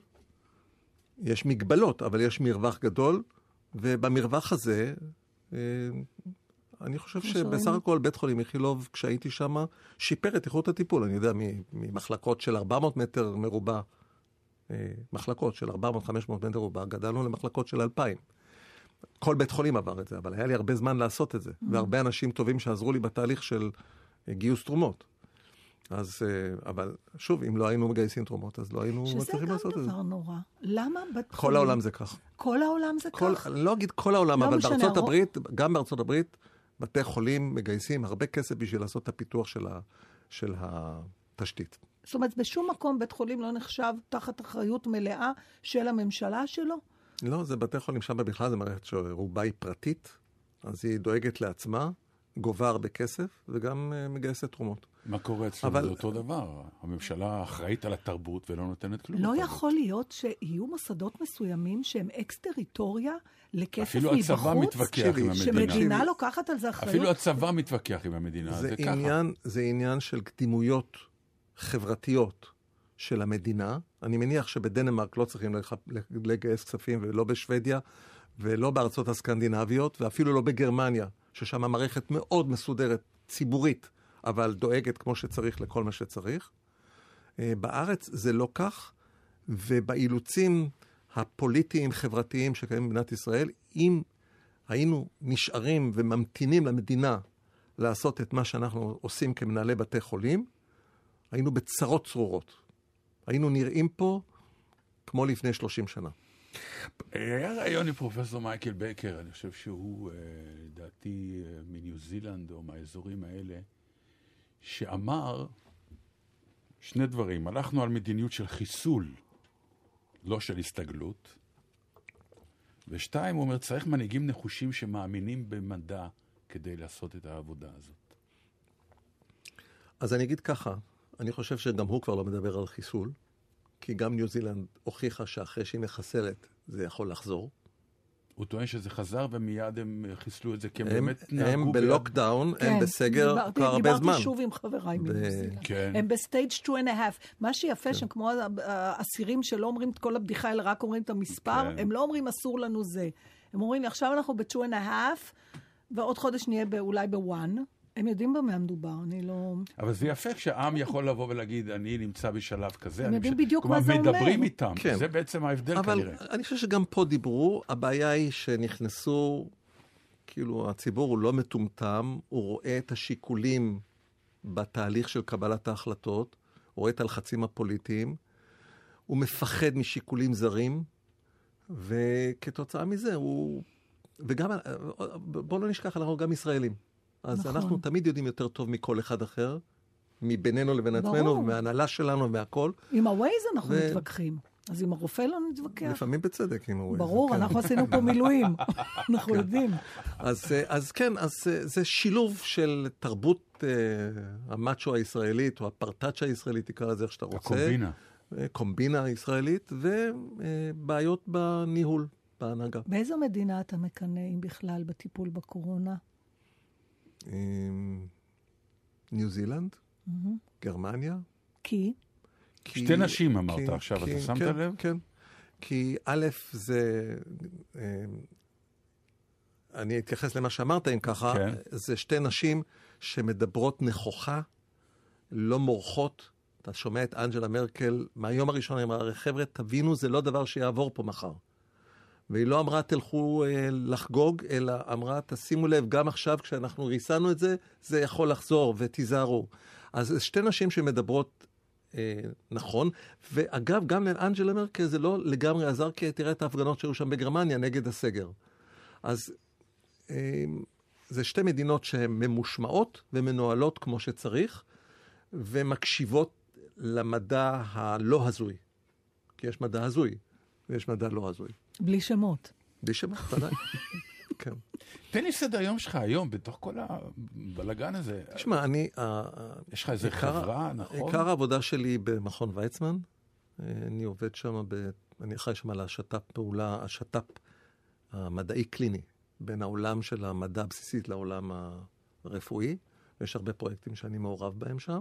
יש מגבלות, אבל יש מרווח גדול, ובמרווח הזה... אני חושב שבסך הכל בית חולים איכילוב, כשהייתי שם, שיפר את איכות הטיפול. אני יודע, ממחלקות של ארבע מאות מטר מרובע, מחלקות של ארבע מאות חמש מאות מטר מרובע, גדלנו למחלקות של אלפיים. כל בית חולים עבר את זה, אבל היה לי הרבה זמן לעשות את זה. והרבה אנשים טובים שעזרו לי בתהליך של גיוס תרומות. אז, אבל שוב, אם לא היינו מגייסים תרומות, אז לא היינו מצליחים לעשות את זה. שזה גם דבר נורא. למה בית כל חולים? העולם זה כך. כל העולם זה כל, כך? לא אגיד כל העולם, לא אבל משנה, בארצות הרוב... הברית, גם בארצות הברית, בתי חולים מגייסים הרבה כסף בשביל לעשות את הפיתוח של, ה, של התשתית. זאת אומרת, בשום מקום בית חולים לא נחשב תחת אחריות מלאה של הממשלה שלו? לא, זה בתי חולים שם בכלל, זה מערכת שרובה היא פרטית, אז היא דואגת לעצמה, גובה הרבה כסף, וגם uh, מגייסת תרומות. מה קורה אצלנו? אבל... זה אותו דבר. הממשלה אחראית על התרבות ולא נותנת כלום. לא בתרבות. יכול להיות שיהיו מוסדות מסוימים שהם אקס-טריטוריה לכסף אפילו מבחוץ? הצבא מתווכח עם המדינה. שמדינה לוקחת על זה אחריות? אפילו הצבא מתווכח עם המדינה. זה, זה עניין, ככה. זה עניין של קדימויות חברתיות של המדינה. אני מניח שבדנמרק לא צריכים לגייס כספים, ולא בשוודיה, ולא בארצות הסקנדינביות, ואפילו לא בגרמניה, ששם המערכת מאוד מסודרת, ציבורית, אבל דואגת כמו שצריך לכל מה שצריך. בארץ זה לא כך, ובאילוצים הפוליטיים, חברתיים שקיימים במדינת ישראל, אם היינו נשארים וממתינים למדינה לעשות את מה שאנחנו עושים כמנהלי בתי חולים, היינו בצרות צרורות. היינו נראים פה כמו לפני שלושים שנה. היה רעיון עם פרופסור מייקל בקר, אני חושב שהוא, לדעתי, מניו זילנד או מהאזורים האלה, שאמר שני דברים. הלכנו על מדיניות של חיסול, לא של הסתגלות. ושתיים, הוא אומר, צריך מנהיגים נחושים שמאמינים במדע כדי לעשות את העבודה הזאת. אז אני אגיד ככה, אני חושב שגם הוא כבר לא מדבר על חיסול, כי גם ניו זילנד הוכיחה שאחרי שהיא מחסלת, זה יכול לחזור. הוא טוען שזה חזר ומיד הם חיסלו את זה, כי הם הם, באמת נהגו... הם בלוקדאון, כן, הם בסגר דיברתי, כבר הרבה זמן. דיברתי שוב עם חבריי מניו זילנד. כן. הם בסטייג' two and a half. מה שיפה שהם כמו האסירים שלא אומרים את כל הבדיחה, אלא רק אומרים את המספר, כן. הם לא אומרים אסור לנו זה. הם אומרים לי, עכשיו אנחנו ב-two and a half, ועוד חודש נהיה אולי ב-one. הם יודעים במה מדובר, אני לא... אבל זה יפה כשהעם יכול לבוא ולהגיד, אני נמצא בשלב כזה. הם יודעים מש... בדיוק מה זה אומר. מדברים איתם, כן. זה בעצם ההבדל אבל כנראה. אבל אני חושב שגם פה דיברו, הבעיה היא שנכנסו, כאילו הציבור הוא לא מטומטם, הוא רואה את השיקולים בתהליך של קבלת ההחלטות, הוא רואה את הלחצים הפוליטיים, הוא מפחד משיקולים זרים, וכתוצאה מזה הוא... וגם, בואו לא נשכח, אנחנו גם ישראלים. אז נכון. אנחנו תמיד יודעים יותר טוב מכל אחד אחר, מבינינו לבין ברור. עצמנו, ומהנהלה שלנו והכל. עם הווייז אנחנו ו- מתווכחים. אז עם הרופא לא נתווכח. לפעמים בצדק עם הווייז. ברור, כן. אנחנו עשינו פה מילואים. אנחנו יודעים. אז, אז כן, אז זה שילוב של תרבות uh, המאצ'ו הישראלית, או הפרטאצ'ה הישראלית, תקרא לזה איך שאתה רוצה. הקומבינה. קומבינה הישראלית, ובעיות בניהול, בהנהגה. באיזו מדינה אתה מקנא, אם בכלל, בטיפול בקורונה? ניו זילנד, גרמניה. כי? כי- שתי נשים אמרת כי- עכשיו, כי- אתה שמת כן, לב? כן. כי א', זה... אה, אני אתייחס למה שאמרת, אם ככה, כן. זה שתי נשים שמדברות נכוחה, לא מורחות. אתה שומע את אנג'לה מרקל, מהיום הראשון היא אמרה, חבר'ה, תבינו, זה לא דבר שיעבור פה מחר. והיא לא אמרה, תלכו אה, לחגוג, אלא אמרה, תשימו לב, גם עכשיו כשאנחנו ריסנו את זה, זה יכול לחזור, ותיזהרו. אז זה שתי נשים שמדברות אה, נכון, ואגב, גם לאנג'לה מרקל זה לא לגמרי עזר, כי תראה את ההפגנות שהיו שם בגרמניה נגד הסגר. אז אה, זה שתי מדינות שהן ממושמעות ומנוהלות כמו שצריך, ומקשיבות למדע הלא הזוי. כי יש מדע הזוי, ויש מדע לא הזוי. בלי שמות. בלי שמות, ודאי. כן. תן לי סדר יום שלך היום, בתוך כל הבלגן הזה. תשמע, אני... יש לך איזה עיקר- חברה, נכון? עיקר העבודה שלי במכון ויצמן, אני עובד שם, ב, אני אחראי שם על השת"פ פעולה, השת"פ המדעי-קליני, בין העולם של המדע הבסיסית לעולם הרפואי. יש הרבה פרויקטים שאני מעורב בהם שם.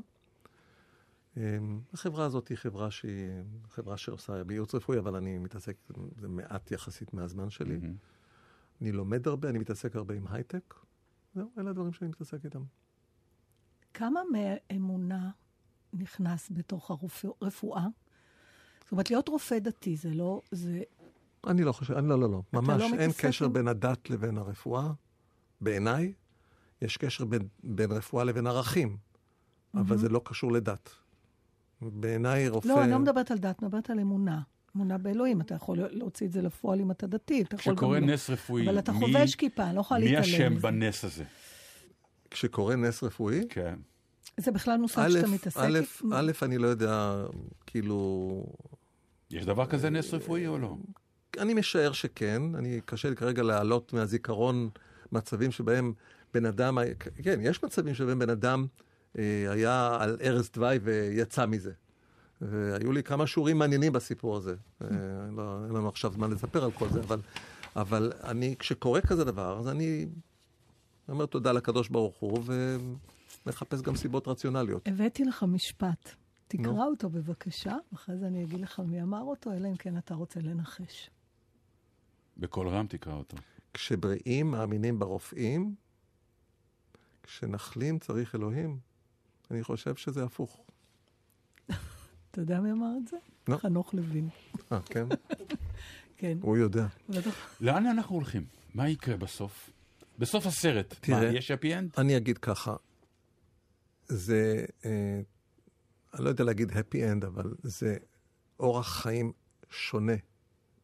החברה הזאת היא חברה שהיא חברה שעושה בייעוץ רפואי, אבל אני מתעסק, זה מעט יחסית מהזמן שלי. Mm-hmm. אני לומד הרבה, אני מתעסק הרבה עם הייטק. זהו, אלה הדברים שאני מתעסק איתם. כמה מאמונה נכנס בתוך הרפואה? זאת אומרת, להיות רופא דתי, זה לא... זה... אני לא חושב, אני לא, לא, לא. ממש לא אין מתעסק קשר עם- בין הדת לבין הרפואה. בעיניי, יש קשר בין, בין רפואה לבין ערכים, אבל זה לא קשור לדת. בעיניי רופא... לא, אני לא מדברת על דת, אני מדברת על אמונה. אמונה באלוהים, אתה יכול להוציא את זה לפועל אם אתה דתי. אתה יכול כשקורה גם לא. נס רפואי, אבל אתה מי- חובש כיפה, אני לא יכולה מי להתעלם השם מזה. בנס הזה? כשקורה נס רפואי, כן. זה בכלל מושג א', שאתה מתעסק. א', עם- א', אני לא יודע, כאילו... יש דבר כזה נס רפואי או לא? אני משער שכן, אני קשה לי כרגע להעלות מהזיכרון מצבים שבהם בן אדם, כן, יש מצבים שבהם בן אדם אה, היה על ערש דווי ויצא מזה. והיו לי כמה שיעורים מעניינים בסיפור הזה. אה, לא, אין לנו עכשיו זמן לספר על כל זה, אבל, אבל אני, כשקורה כזה דבר, אז אני אומר תודה לקדוש ברוך הוא, ומחפש גם סיבות רציונליות. הבאתי לך משפט. תקרא נו. אותו בבקשה, ואחרי זה אני אגיד לך מי אמר אותו, אלא אם כן אתה רוצה לנחש. בקול רם תקרא אותו. כשבריאים מאמינים ברופאים, כשנחלים צריך אלוהים. אני חושב שזה הפוך. אתה יודע מי אמר את זה? לא. חנוך לוין. אה, כן? כן. הוא יודע. בטח. לאן אנחנו הולכים? מה יקרה בסוף? בסוף הסרט. תראה. מה, יש happy end? אני אגיד ככה, זה, אה, אני לא יודע להגיד happy end, אבל זה אורח חיים שונה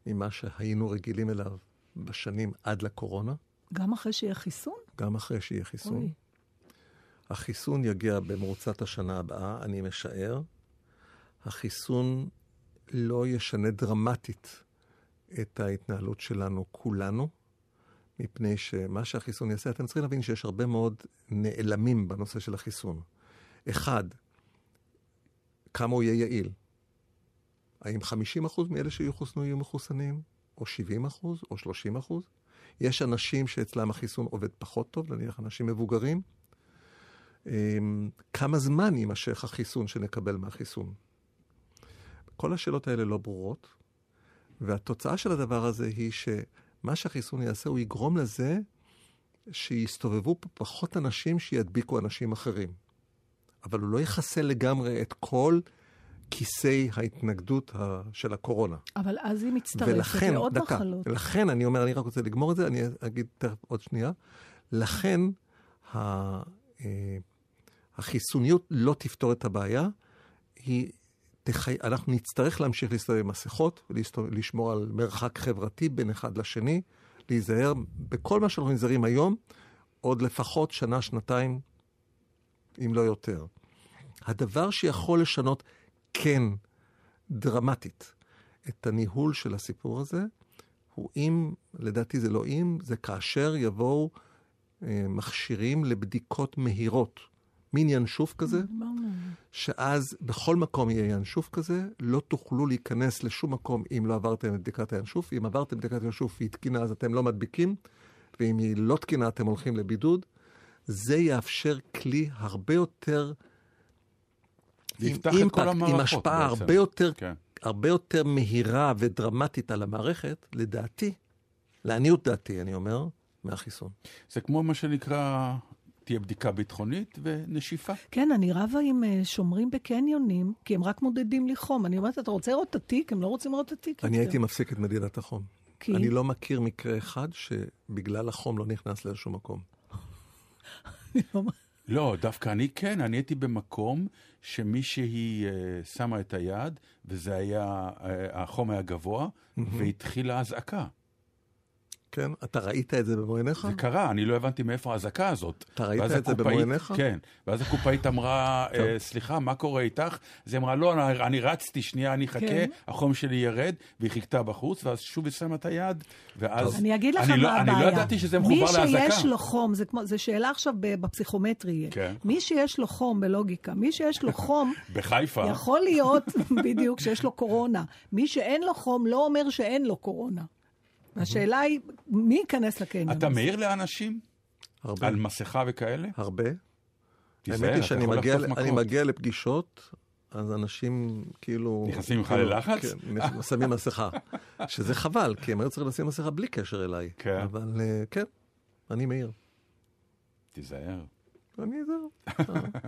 ממה שהיינו רגילים אליו בשנים עד לקורונה. גם אחרי שיהיה חיסון? גם אחרי שיהיה חיסון. אוי. החיסון יגיע במרוצת השנה הבאה, אני משער. החיסון לא ישנה דרמטית את ההתנהלות שלנו כולנו, מפני שמה שהחיסון יעשה, אתם צריכים להבין שיש הרבה מאוד נעלמים בנושא של החיסון. אחד, כמה הוא יהיה יעיל. האם חמישים אחוז מאלה שיהיו חוסנו יהיו מחוסנים, או שבעים אחוז, או שלושים אחוז? יש אנשים שאצלם החיסון עובד פחות טוב, נניח אנשים מבוגרים. כמה זמן יימשך החיסון שנקבל מהחיסון? כל השאלות האלה לא ברורות, והתוצאה של הדבר הזה היא שמה שהחיסון יעשה, הוא יגרום לזה שיסתובבו פה פחות אנשים שידביקו אנשים אחרים. אבל הוא לא יחסל לגמרי את כל כיסי ההתנגדות של הקורונה. אבל אז היא מצטרפת לעוד מחלות. לכן, אני אומר, אני רק רוצה לגמור את זה, אני אגיד תכף עוד שנייה, לכן החיסוניות לא תפתור את הבעיה, היא תחי... אנחנו נצטרך להמשיך להסתובב עם מסכות, ולשמור על מרחק חברתי בין אחד לשני, להיזהר בכל מה שאנחנו נזהרים היום, עוד לפחות שנה, שנתיים, אם לא יותר. הדבר שיכול לשנות כן דרמטית את הניהול של הסיפור הזה, הוא אם, לדעתי זה לא אם, זה כאשר יבואו אה, מכשירים לבדיקות מהירות. מין ינשוף כזה, שאז בכל מקום יהיה ינשוף כזה, לא תוכלו להיכנס לשום מקום אם לא עברתם את בדיקת הינשוף. אם עברתם בדיקת הינשוף והיא תקינה, אז אתם לא מדביקים, ואם היא לא תקינה, אתם הולכים לבידוד. זה יאפשר כלי הרבה יותר, עם אימפקט, עם השפעה הרבה יותר, כן. הרבה יותר מהירה ודרמטית על המערכת, לדעתי, לעניות דעתי, אני אומר, מהחיסון. זה כמו מה שנקרא, תהיה בדיקה ביטחונית ונשיפה. כן, אני רבה עם שומרים בקניונים, כי הם רק מודדים לי חום. אני אומרת, אתה רוצה לראות את התיק? הם לא רוצים לראות את התיק. אני הייתי מפסיק את מדידת החום. כי? אני לא מכיר מקרה אחד שבגלל החום לא נכנס לאיזשהו מקום. לא, דווקא אני כן, אני הייתי במקום שמישהי uh, שמה את היד, וזה היה, uh, החום היה גבוה, mm-hmm. והתחילה הזעקה. כן, אתה ראית את זה במו עיניך? זה קרה, אני לא הבנתי מאיפה ההזעקה הזאת. אתה ראית את זה במו עיניך? כן, ואז הקופאית אמרה, סליחה, מה קורה איתך? אז היא אמרה, לא, אני רצתי, שנייה, אני חכה, החום שלי ירד, והיא חיכתה בחוץ, ואז שוב היא שמה את היד, ואז... אני אגיד לך מה הבעיה. אני לא ידעתי שזה מחובר להזעקה. מי שיש לו חום, זה שאלה עכשיו בפסיכומטרי, מי שיש לו חום בלוגיקה, מי שיש לו חום, בחיפה. יכול להיות בדיוק שיש לו קורונה. מי שאין לו חום לא אומר שאין לו קורונה. השאלה היא, מי ייכנס לקניון? אתה מעיר לאנשים? הרבה. על מסכה וכאלה? הרבה. תיזהר, האמת היא שאני מגיע, אני מגיע לפגישות, אז אנשים כאילו... נכנסים לך ללחץ? כן, שמים מסכה. שזה חבל, כי הם היו צריכים לשים מסכה בלי קשר אליי. כן. אבל כן, אני מעיר. תיזהר. אני אזהר.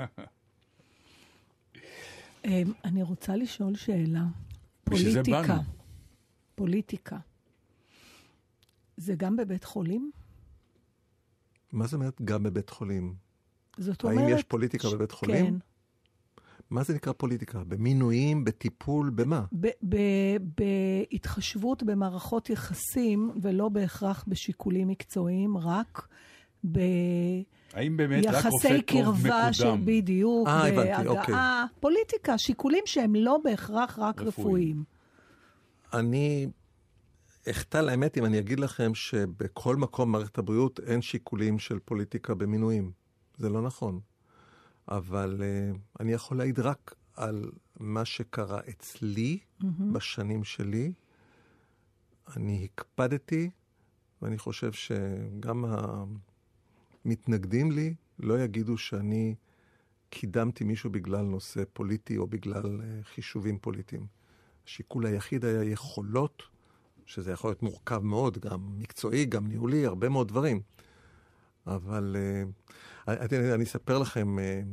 אני רוצה לשאול שאלה. פוליטיקה. פוליטיקה. זה גם בבית חולים? מה זאת אומרת גם בבית חולים? זאת אומרת... האם יש פוליטיקה בבית חולים? כן. מה זה נקרא פוליטיקה? במינויים, בטיפול, במה? בהתחשבות במערכות יחסים, ולא בהכרח בשיקולים מקצועיים, רק ב... האם באמת רק רופא טוב קרבה של בדיוק, אה, הבנתי, אוקיי. פוליטיקה, שיקולים שהם לא בהכרח רק רפואיים. אני... אחטא האמת אם אני אגיד לכם שבכל מקום מערכת הבריאות אין שיקולים של פוליטיקה במינויים. זה לא נכון. אבל uh, אני יכול להעיד רק על מה שקרה אצלי mm-hmm. בשנים שלי. אני הקפדתי, ואני חושב שגם המתנגדים לי לא יגידו שאני קידמתי מישהו בגלל נושא פוליטי או בגלל uh, חישובים פוליטיים. השיקול היחיד היה יכולות, שזה יכול להיות מורכב מאוד, גם מקצועי, גם ניהולי, הרבה מאוד דברים. אבל uh, אני, אני אספר לכם, uh,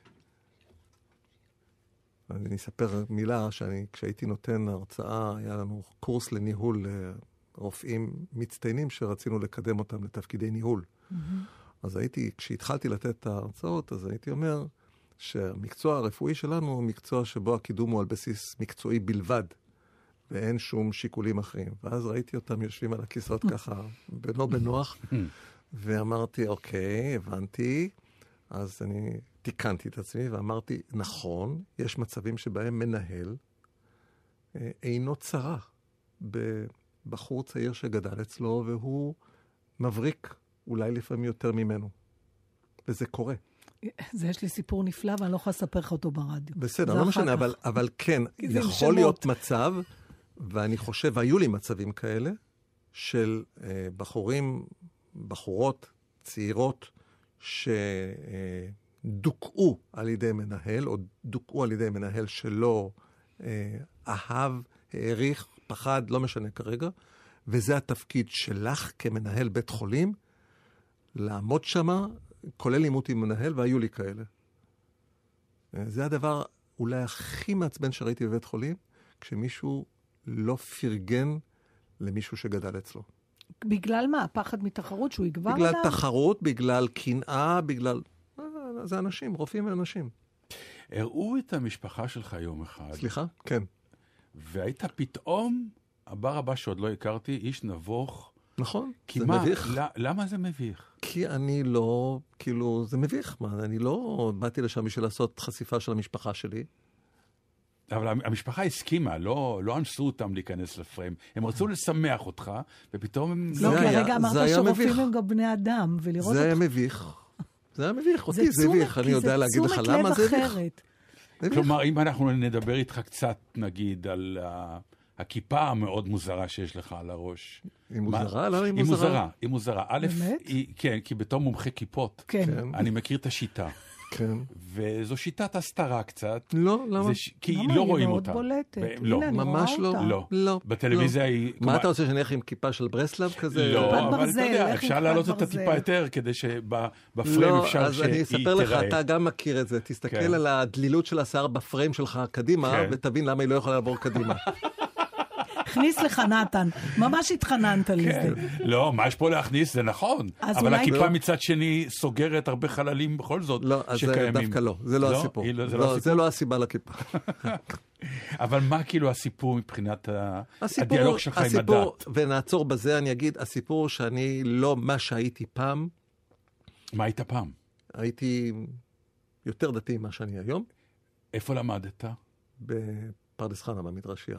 אני אספר מילה שאני, כשהייתי נותן הרצאה, היה לנו קורס לניהול לרופאים מצטיינים שרצינו לקדם אותם לתפקידי ניהול. Mm-hmm. אז הייתי, כשהתחלתי לתת את ההרצאות, אז הייתי אומר שהמקצוע הרפואי שלנו הוא מקצוע שבו הקידום הוא על בסיס מקצועי בלבד. ואין שום שיקולים אחרים. ואז ראיתי אותם יושבים על הכיסאות ככה, לא בנוח, ואמרתי, אוקיי, הבנתי. אז אני תיקנתי את עצמי ואמרתי, נכון, יש מצבים שבהם מנהל אה, אינו צרה בבחור צעיר שגדל אצלו, והוא מבריק אולי לפעמים יותר ממנו. וזה קורה. זה יש לי סיפור נפלא, ואני לא יכולה לספר לך אותו ברדיו. בסדר, לא משנה, אבל, אבל כן, יכול להיות מצב, ואני חושב, היו לי מצבים כאלה, של אה, בחורים, בחורות, צעירות, שדוקאו על ידי מנהל, או דוקאו על ידי מנהל שלא אה, אהב, העריך, פחד, לא משנה כרגע, וזה התפקיד שלך כמנהל בית חולים, לעמוד שמה, כולל לימות עם מנהל, והיו לי כאלה. זה הדבר אולי הכי מעצבן שראיתי בבית חולים, כשמישהו לא פרגן למישהו שגדל אצלו. בגלל מה? הפחד מתחרות שהוא יגבר עליו? בגלל תחרות, בגלל קנאה, בגלל... זה אנשים, רופאים ואנשים. הראו את המשפחה שלך יום אחד. סליחה? כן. והיית פתאום, הבר הבא שעוד לא הכרתי, איש נבוך. נכון, זה מה, מביך. למה זה מביך? כי אני לא, כאילו, זה מביך. מה, אני לא באתי לשם בשביל לעשות חשיפה של המשפחה שלי. אבל המשפחה הסכימה, לא, לא אנסו אותם להיכנס לפריים. הם רצו לשמח אותך, ופתאום הם... לא, כי הרגע אמרת שרופאים הם גם בני אדם, ולראות אותך... זה היה מביך. זה היה מביך, אותי זה מביך. אני יודע להגיד לך למה זה מביך. כלומר, אם אנחנו נדבר איתך קצת, נגיד, על הכיפה המאוד מוזרה שיש לך על הראש. היא מוזרה? למה היא מוזרה? היא מוזרה, היא מוזרה. א', כן, כי בתור מומחה כיפות, אני מכיר את השיטה. כן. וזו שיטת הסתרה קצת. לא, למה? כי לא רואים אותה. היא מאוד בולטת. לא. ממש לא. לא. לא. בטלוויזיה היא... מה אתה רוצה שנלך עם כיפה של ברסלב כזה? לא, אבל אתה יודע, אפשר להעלות אותה טיפה יותר, כדי שבפריים אפשר שהיא תראה. אז אני אספר לך, אתה גם מכיר את זה. תסתכל על הדלילות של השיער בפריים שלך קדימה, ותבין למה היא לא יכולה לעבור קדימה. הכניס לך נתן, ממש התחננת לזה. לא, מה יש פה להכניס? זה נכון. אבל הכיפה מצד שני סוגרת הרבה חללים בכל זאת שקיימים. לא, אז זה דווקא לא, זה לא הסיפור. זה לא הסיבה לכיפה. אבל מה כאילו הסיפור מבחינת הדיאלוג שלך עם הדת? ונעצור בזה, אני אגיד, הסיפור שאני לא מה שהייתי פעם. מה היית פעם? הייתי יותר דתי ממה שאני היום. איפה למדת? בפרדס חנה, במדרשייה.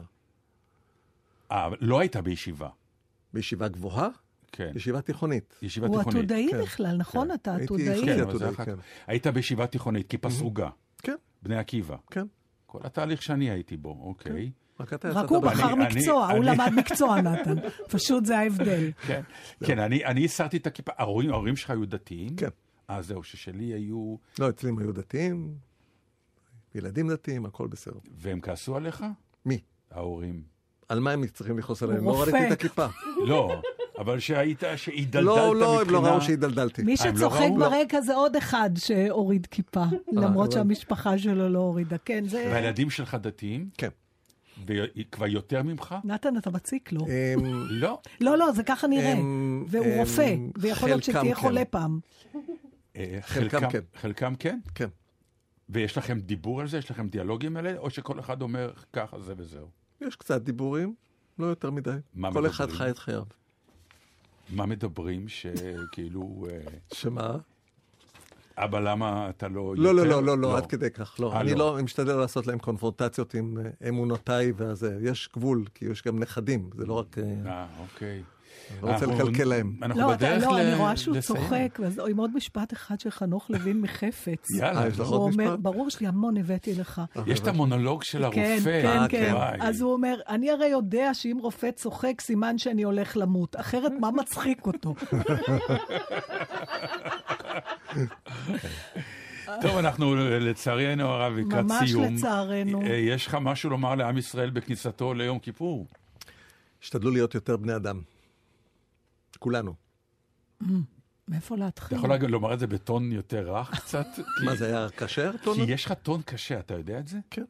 אה, לא היית בישיבה. בישיבה גבוהה? כן. ישיבה תיכונית. ישיבה הוא תיכונית. עתודאי בכלל, נכון? אתה עתודאי? כן, עתודאי, כן. היית בישיבה תיכונית, כיפה סרוגה. כן. בני עקיבא. כן. כל התהליך שאני הייתי בו, אוקיי. רק הוא בחר מקצוע, הוא למד מקצוע, נתן. פשוט זה ההבדל. כן, כן, אני הסרתי את הכיפה. ההורים שלך היו דתיים? כן. אז זהו, ששלי היו... לא, אצלים היו דתיים, ילדים דתיים, הכל בסדר. והם כעסו עליך? מי? ההורים. על מה הם צריכים לכעוס עליהם? לא ראיתי את הכיפה. לא, אבל שהיית, שהידלדלת לא, לא, הם לא ראו שהידלדלתי. מי שצוחק ברקע זה עוד אחד שהוריד כיפה, למרות שהמשפחה שלו לא הורידה. כן, זה... והילדים שלך דתיים? כן. וכבר יותר ממך? נתן, אתה מציק לו. לא. לא, לא, זה ככה נראה. והוא רופא, ויכול להיות שתהיה חולה פעם. חלקם כן. חלקם כן? כן. ויש לכם דיבור על זה? יש לכם דיאלוגים עליהם? או שכל אחד אומר ככה זה וזהו? יש קצת דיבורים, לא יותר מדי. כל אחד חי את חייו. מה מדברים שכאילו... שמה? אבא, למה אתה לא... לא, לא, לא, לא, לא, עד כדי כך, לא. אני לא משתדל לעשות להם קונפרונטציות עם אמונותיי, ויש גבול, כי יש גם נכדים, זה לא רק... אה, אוקיי. אני לא רוצה לקלקל להם. לא, אני רואה שהוא צוחק, עם עוד משפט אחד של חנוך לוין מחפץ. יאללה, יש לך עוד משפט? ברור שלי, המון הבאתי לך. יש את המונולוג של הרופא. כן, כן, אז הוא אומר, אני הרי יודע שאם רופא צוחק, סימן שאני הולך למות. אחרת, מה מצחיק אותו? טוב, אנחנו לצערנו הרב לקראת סיום. ממש לצערנו. יש לך משהו לומר לעם ישראל בכניסתו ליום כיפור? השתדלו להיות יותר בני אדם. כולנו. מאיפה להתחיל? אתה יכול לומר את זה בטון יותר רך קצת? מה, זה היה קשה? כי יש לך טון קשה, אתה יודע את זה? כן.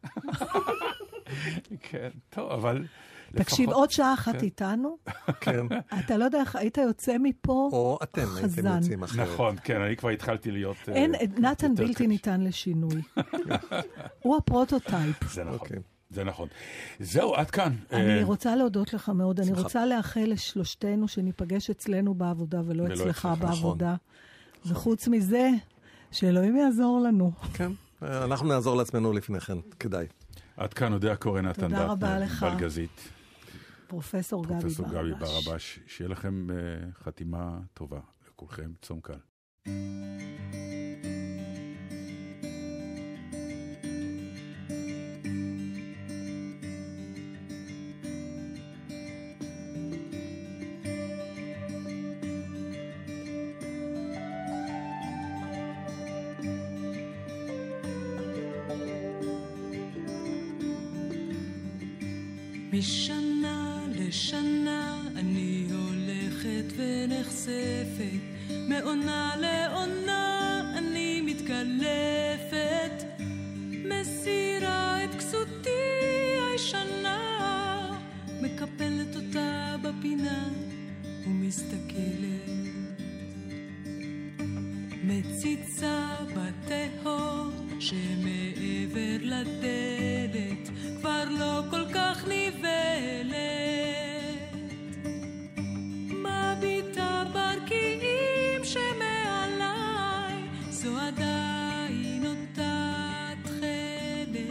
כן, טוב, אבל... תקשיב, עוד שעה אחת איתנו? כן. אתה לא יודע איך היית יוצא מפה חזן. או אתם הייתם יוצאים אחרת. נכון, כן, אני כבר התחלתי להיות... אין, נתן בלתי ניתן לשינוי. הוא הפרוטוטייפ. זה נכון. זה נכון. זהו, עד כאן. אני רוצה להודות לך מאוד. אני רוצה לאחל לשלושתנו שניפגש אצלנו בעבודה ולא אצלך בעבודה. וחוץ מזה, שאלוהים יעזור לנו. כן, אנחנו נעזור לעצמנו לפני כן, כדאי. עד כאן הודיה נתן דטנר. תודה רבה לך. בלגזית. פרופסור גבי ברבש. פרופסור גבי ברבש. שיהיה לכם חתימה טובה לכולכם. צום קל. משנה לשנה אני הולכת ונחשפת, מעונה לעונה אני מתקלפת, מסירה את כסותי הישנה, מקפלת אותה בפינה ומסתכלת, מציצה בתהום שמעבר לדלת, כבר לא כל כך ניבלת, מביטה ברקיעים שמעליי, זו עדיין אותה תכלת.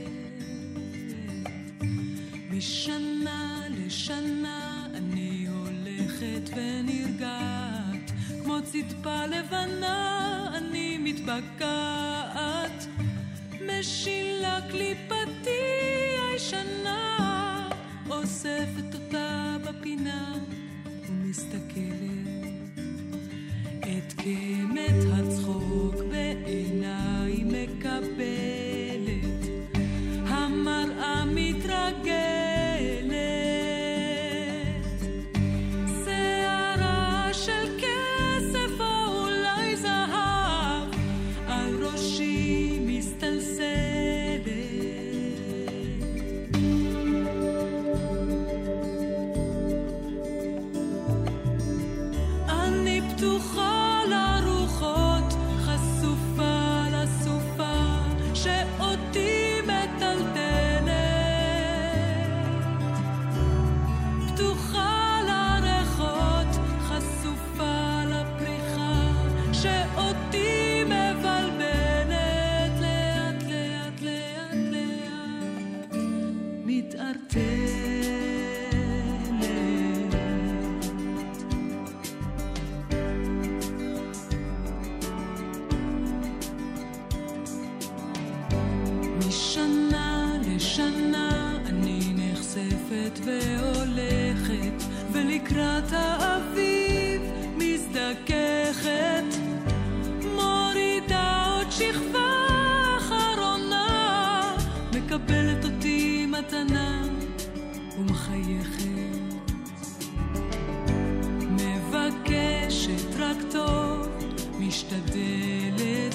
משנה לשנה אני הולכת ונרגעת, כמו צדפה לבנה אני מתבקעת, משילה קליפתי הישנה, אוספת אותה בפינה ומסתכלת, את קמת הצחוק בעיניי מקבלת, המראה מתרגלת, שערה של כסף או אולי זהב על ראשי מסתלסלת, אני פתוחה לרוחות, חשופה לסופה שאותי מטלטלת, פתוחה לריחות, חשופה לפריחה שאותי מבלבלת, לאט לאט לאט לאט מתערטלת. משנה לשנה אני נחשפת והולכת, ולקראת האביב מזדככת, מורידה עוד שכבה אחרונה, מקבלת אותי מתנה ומחייכת, מבקשת רק טוב, משתדלת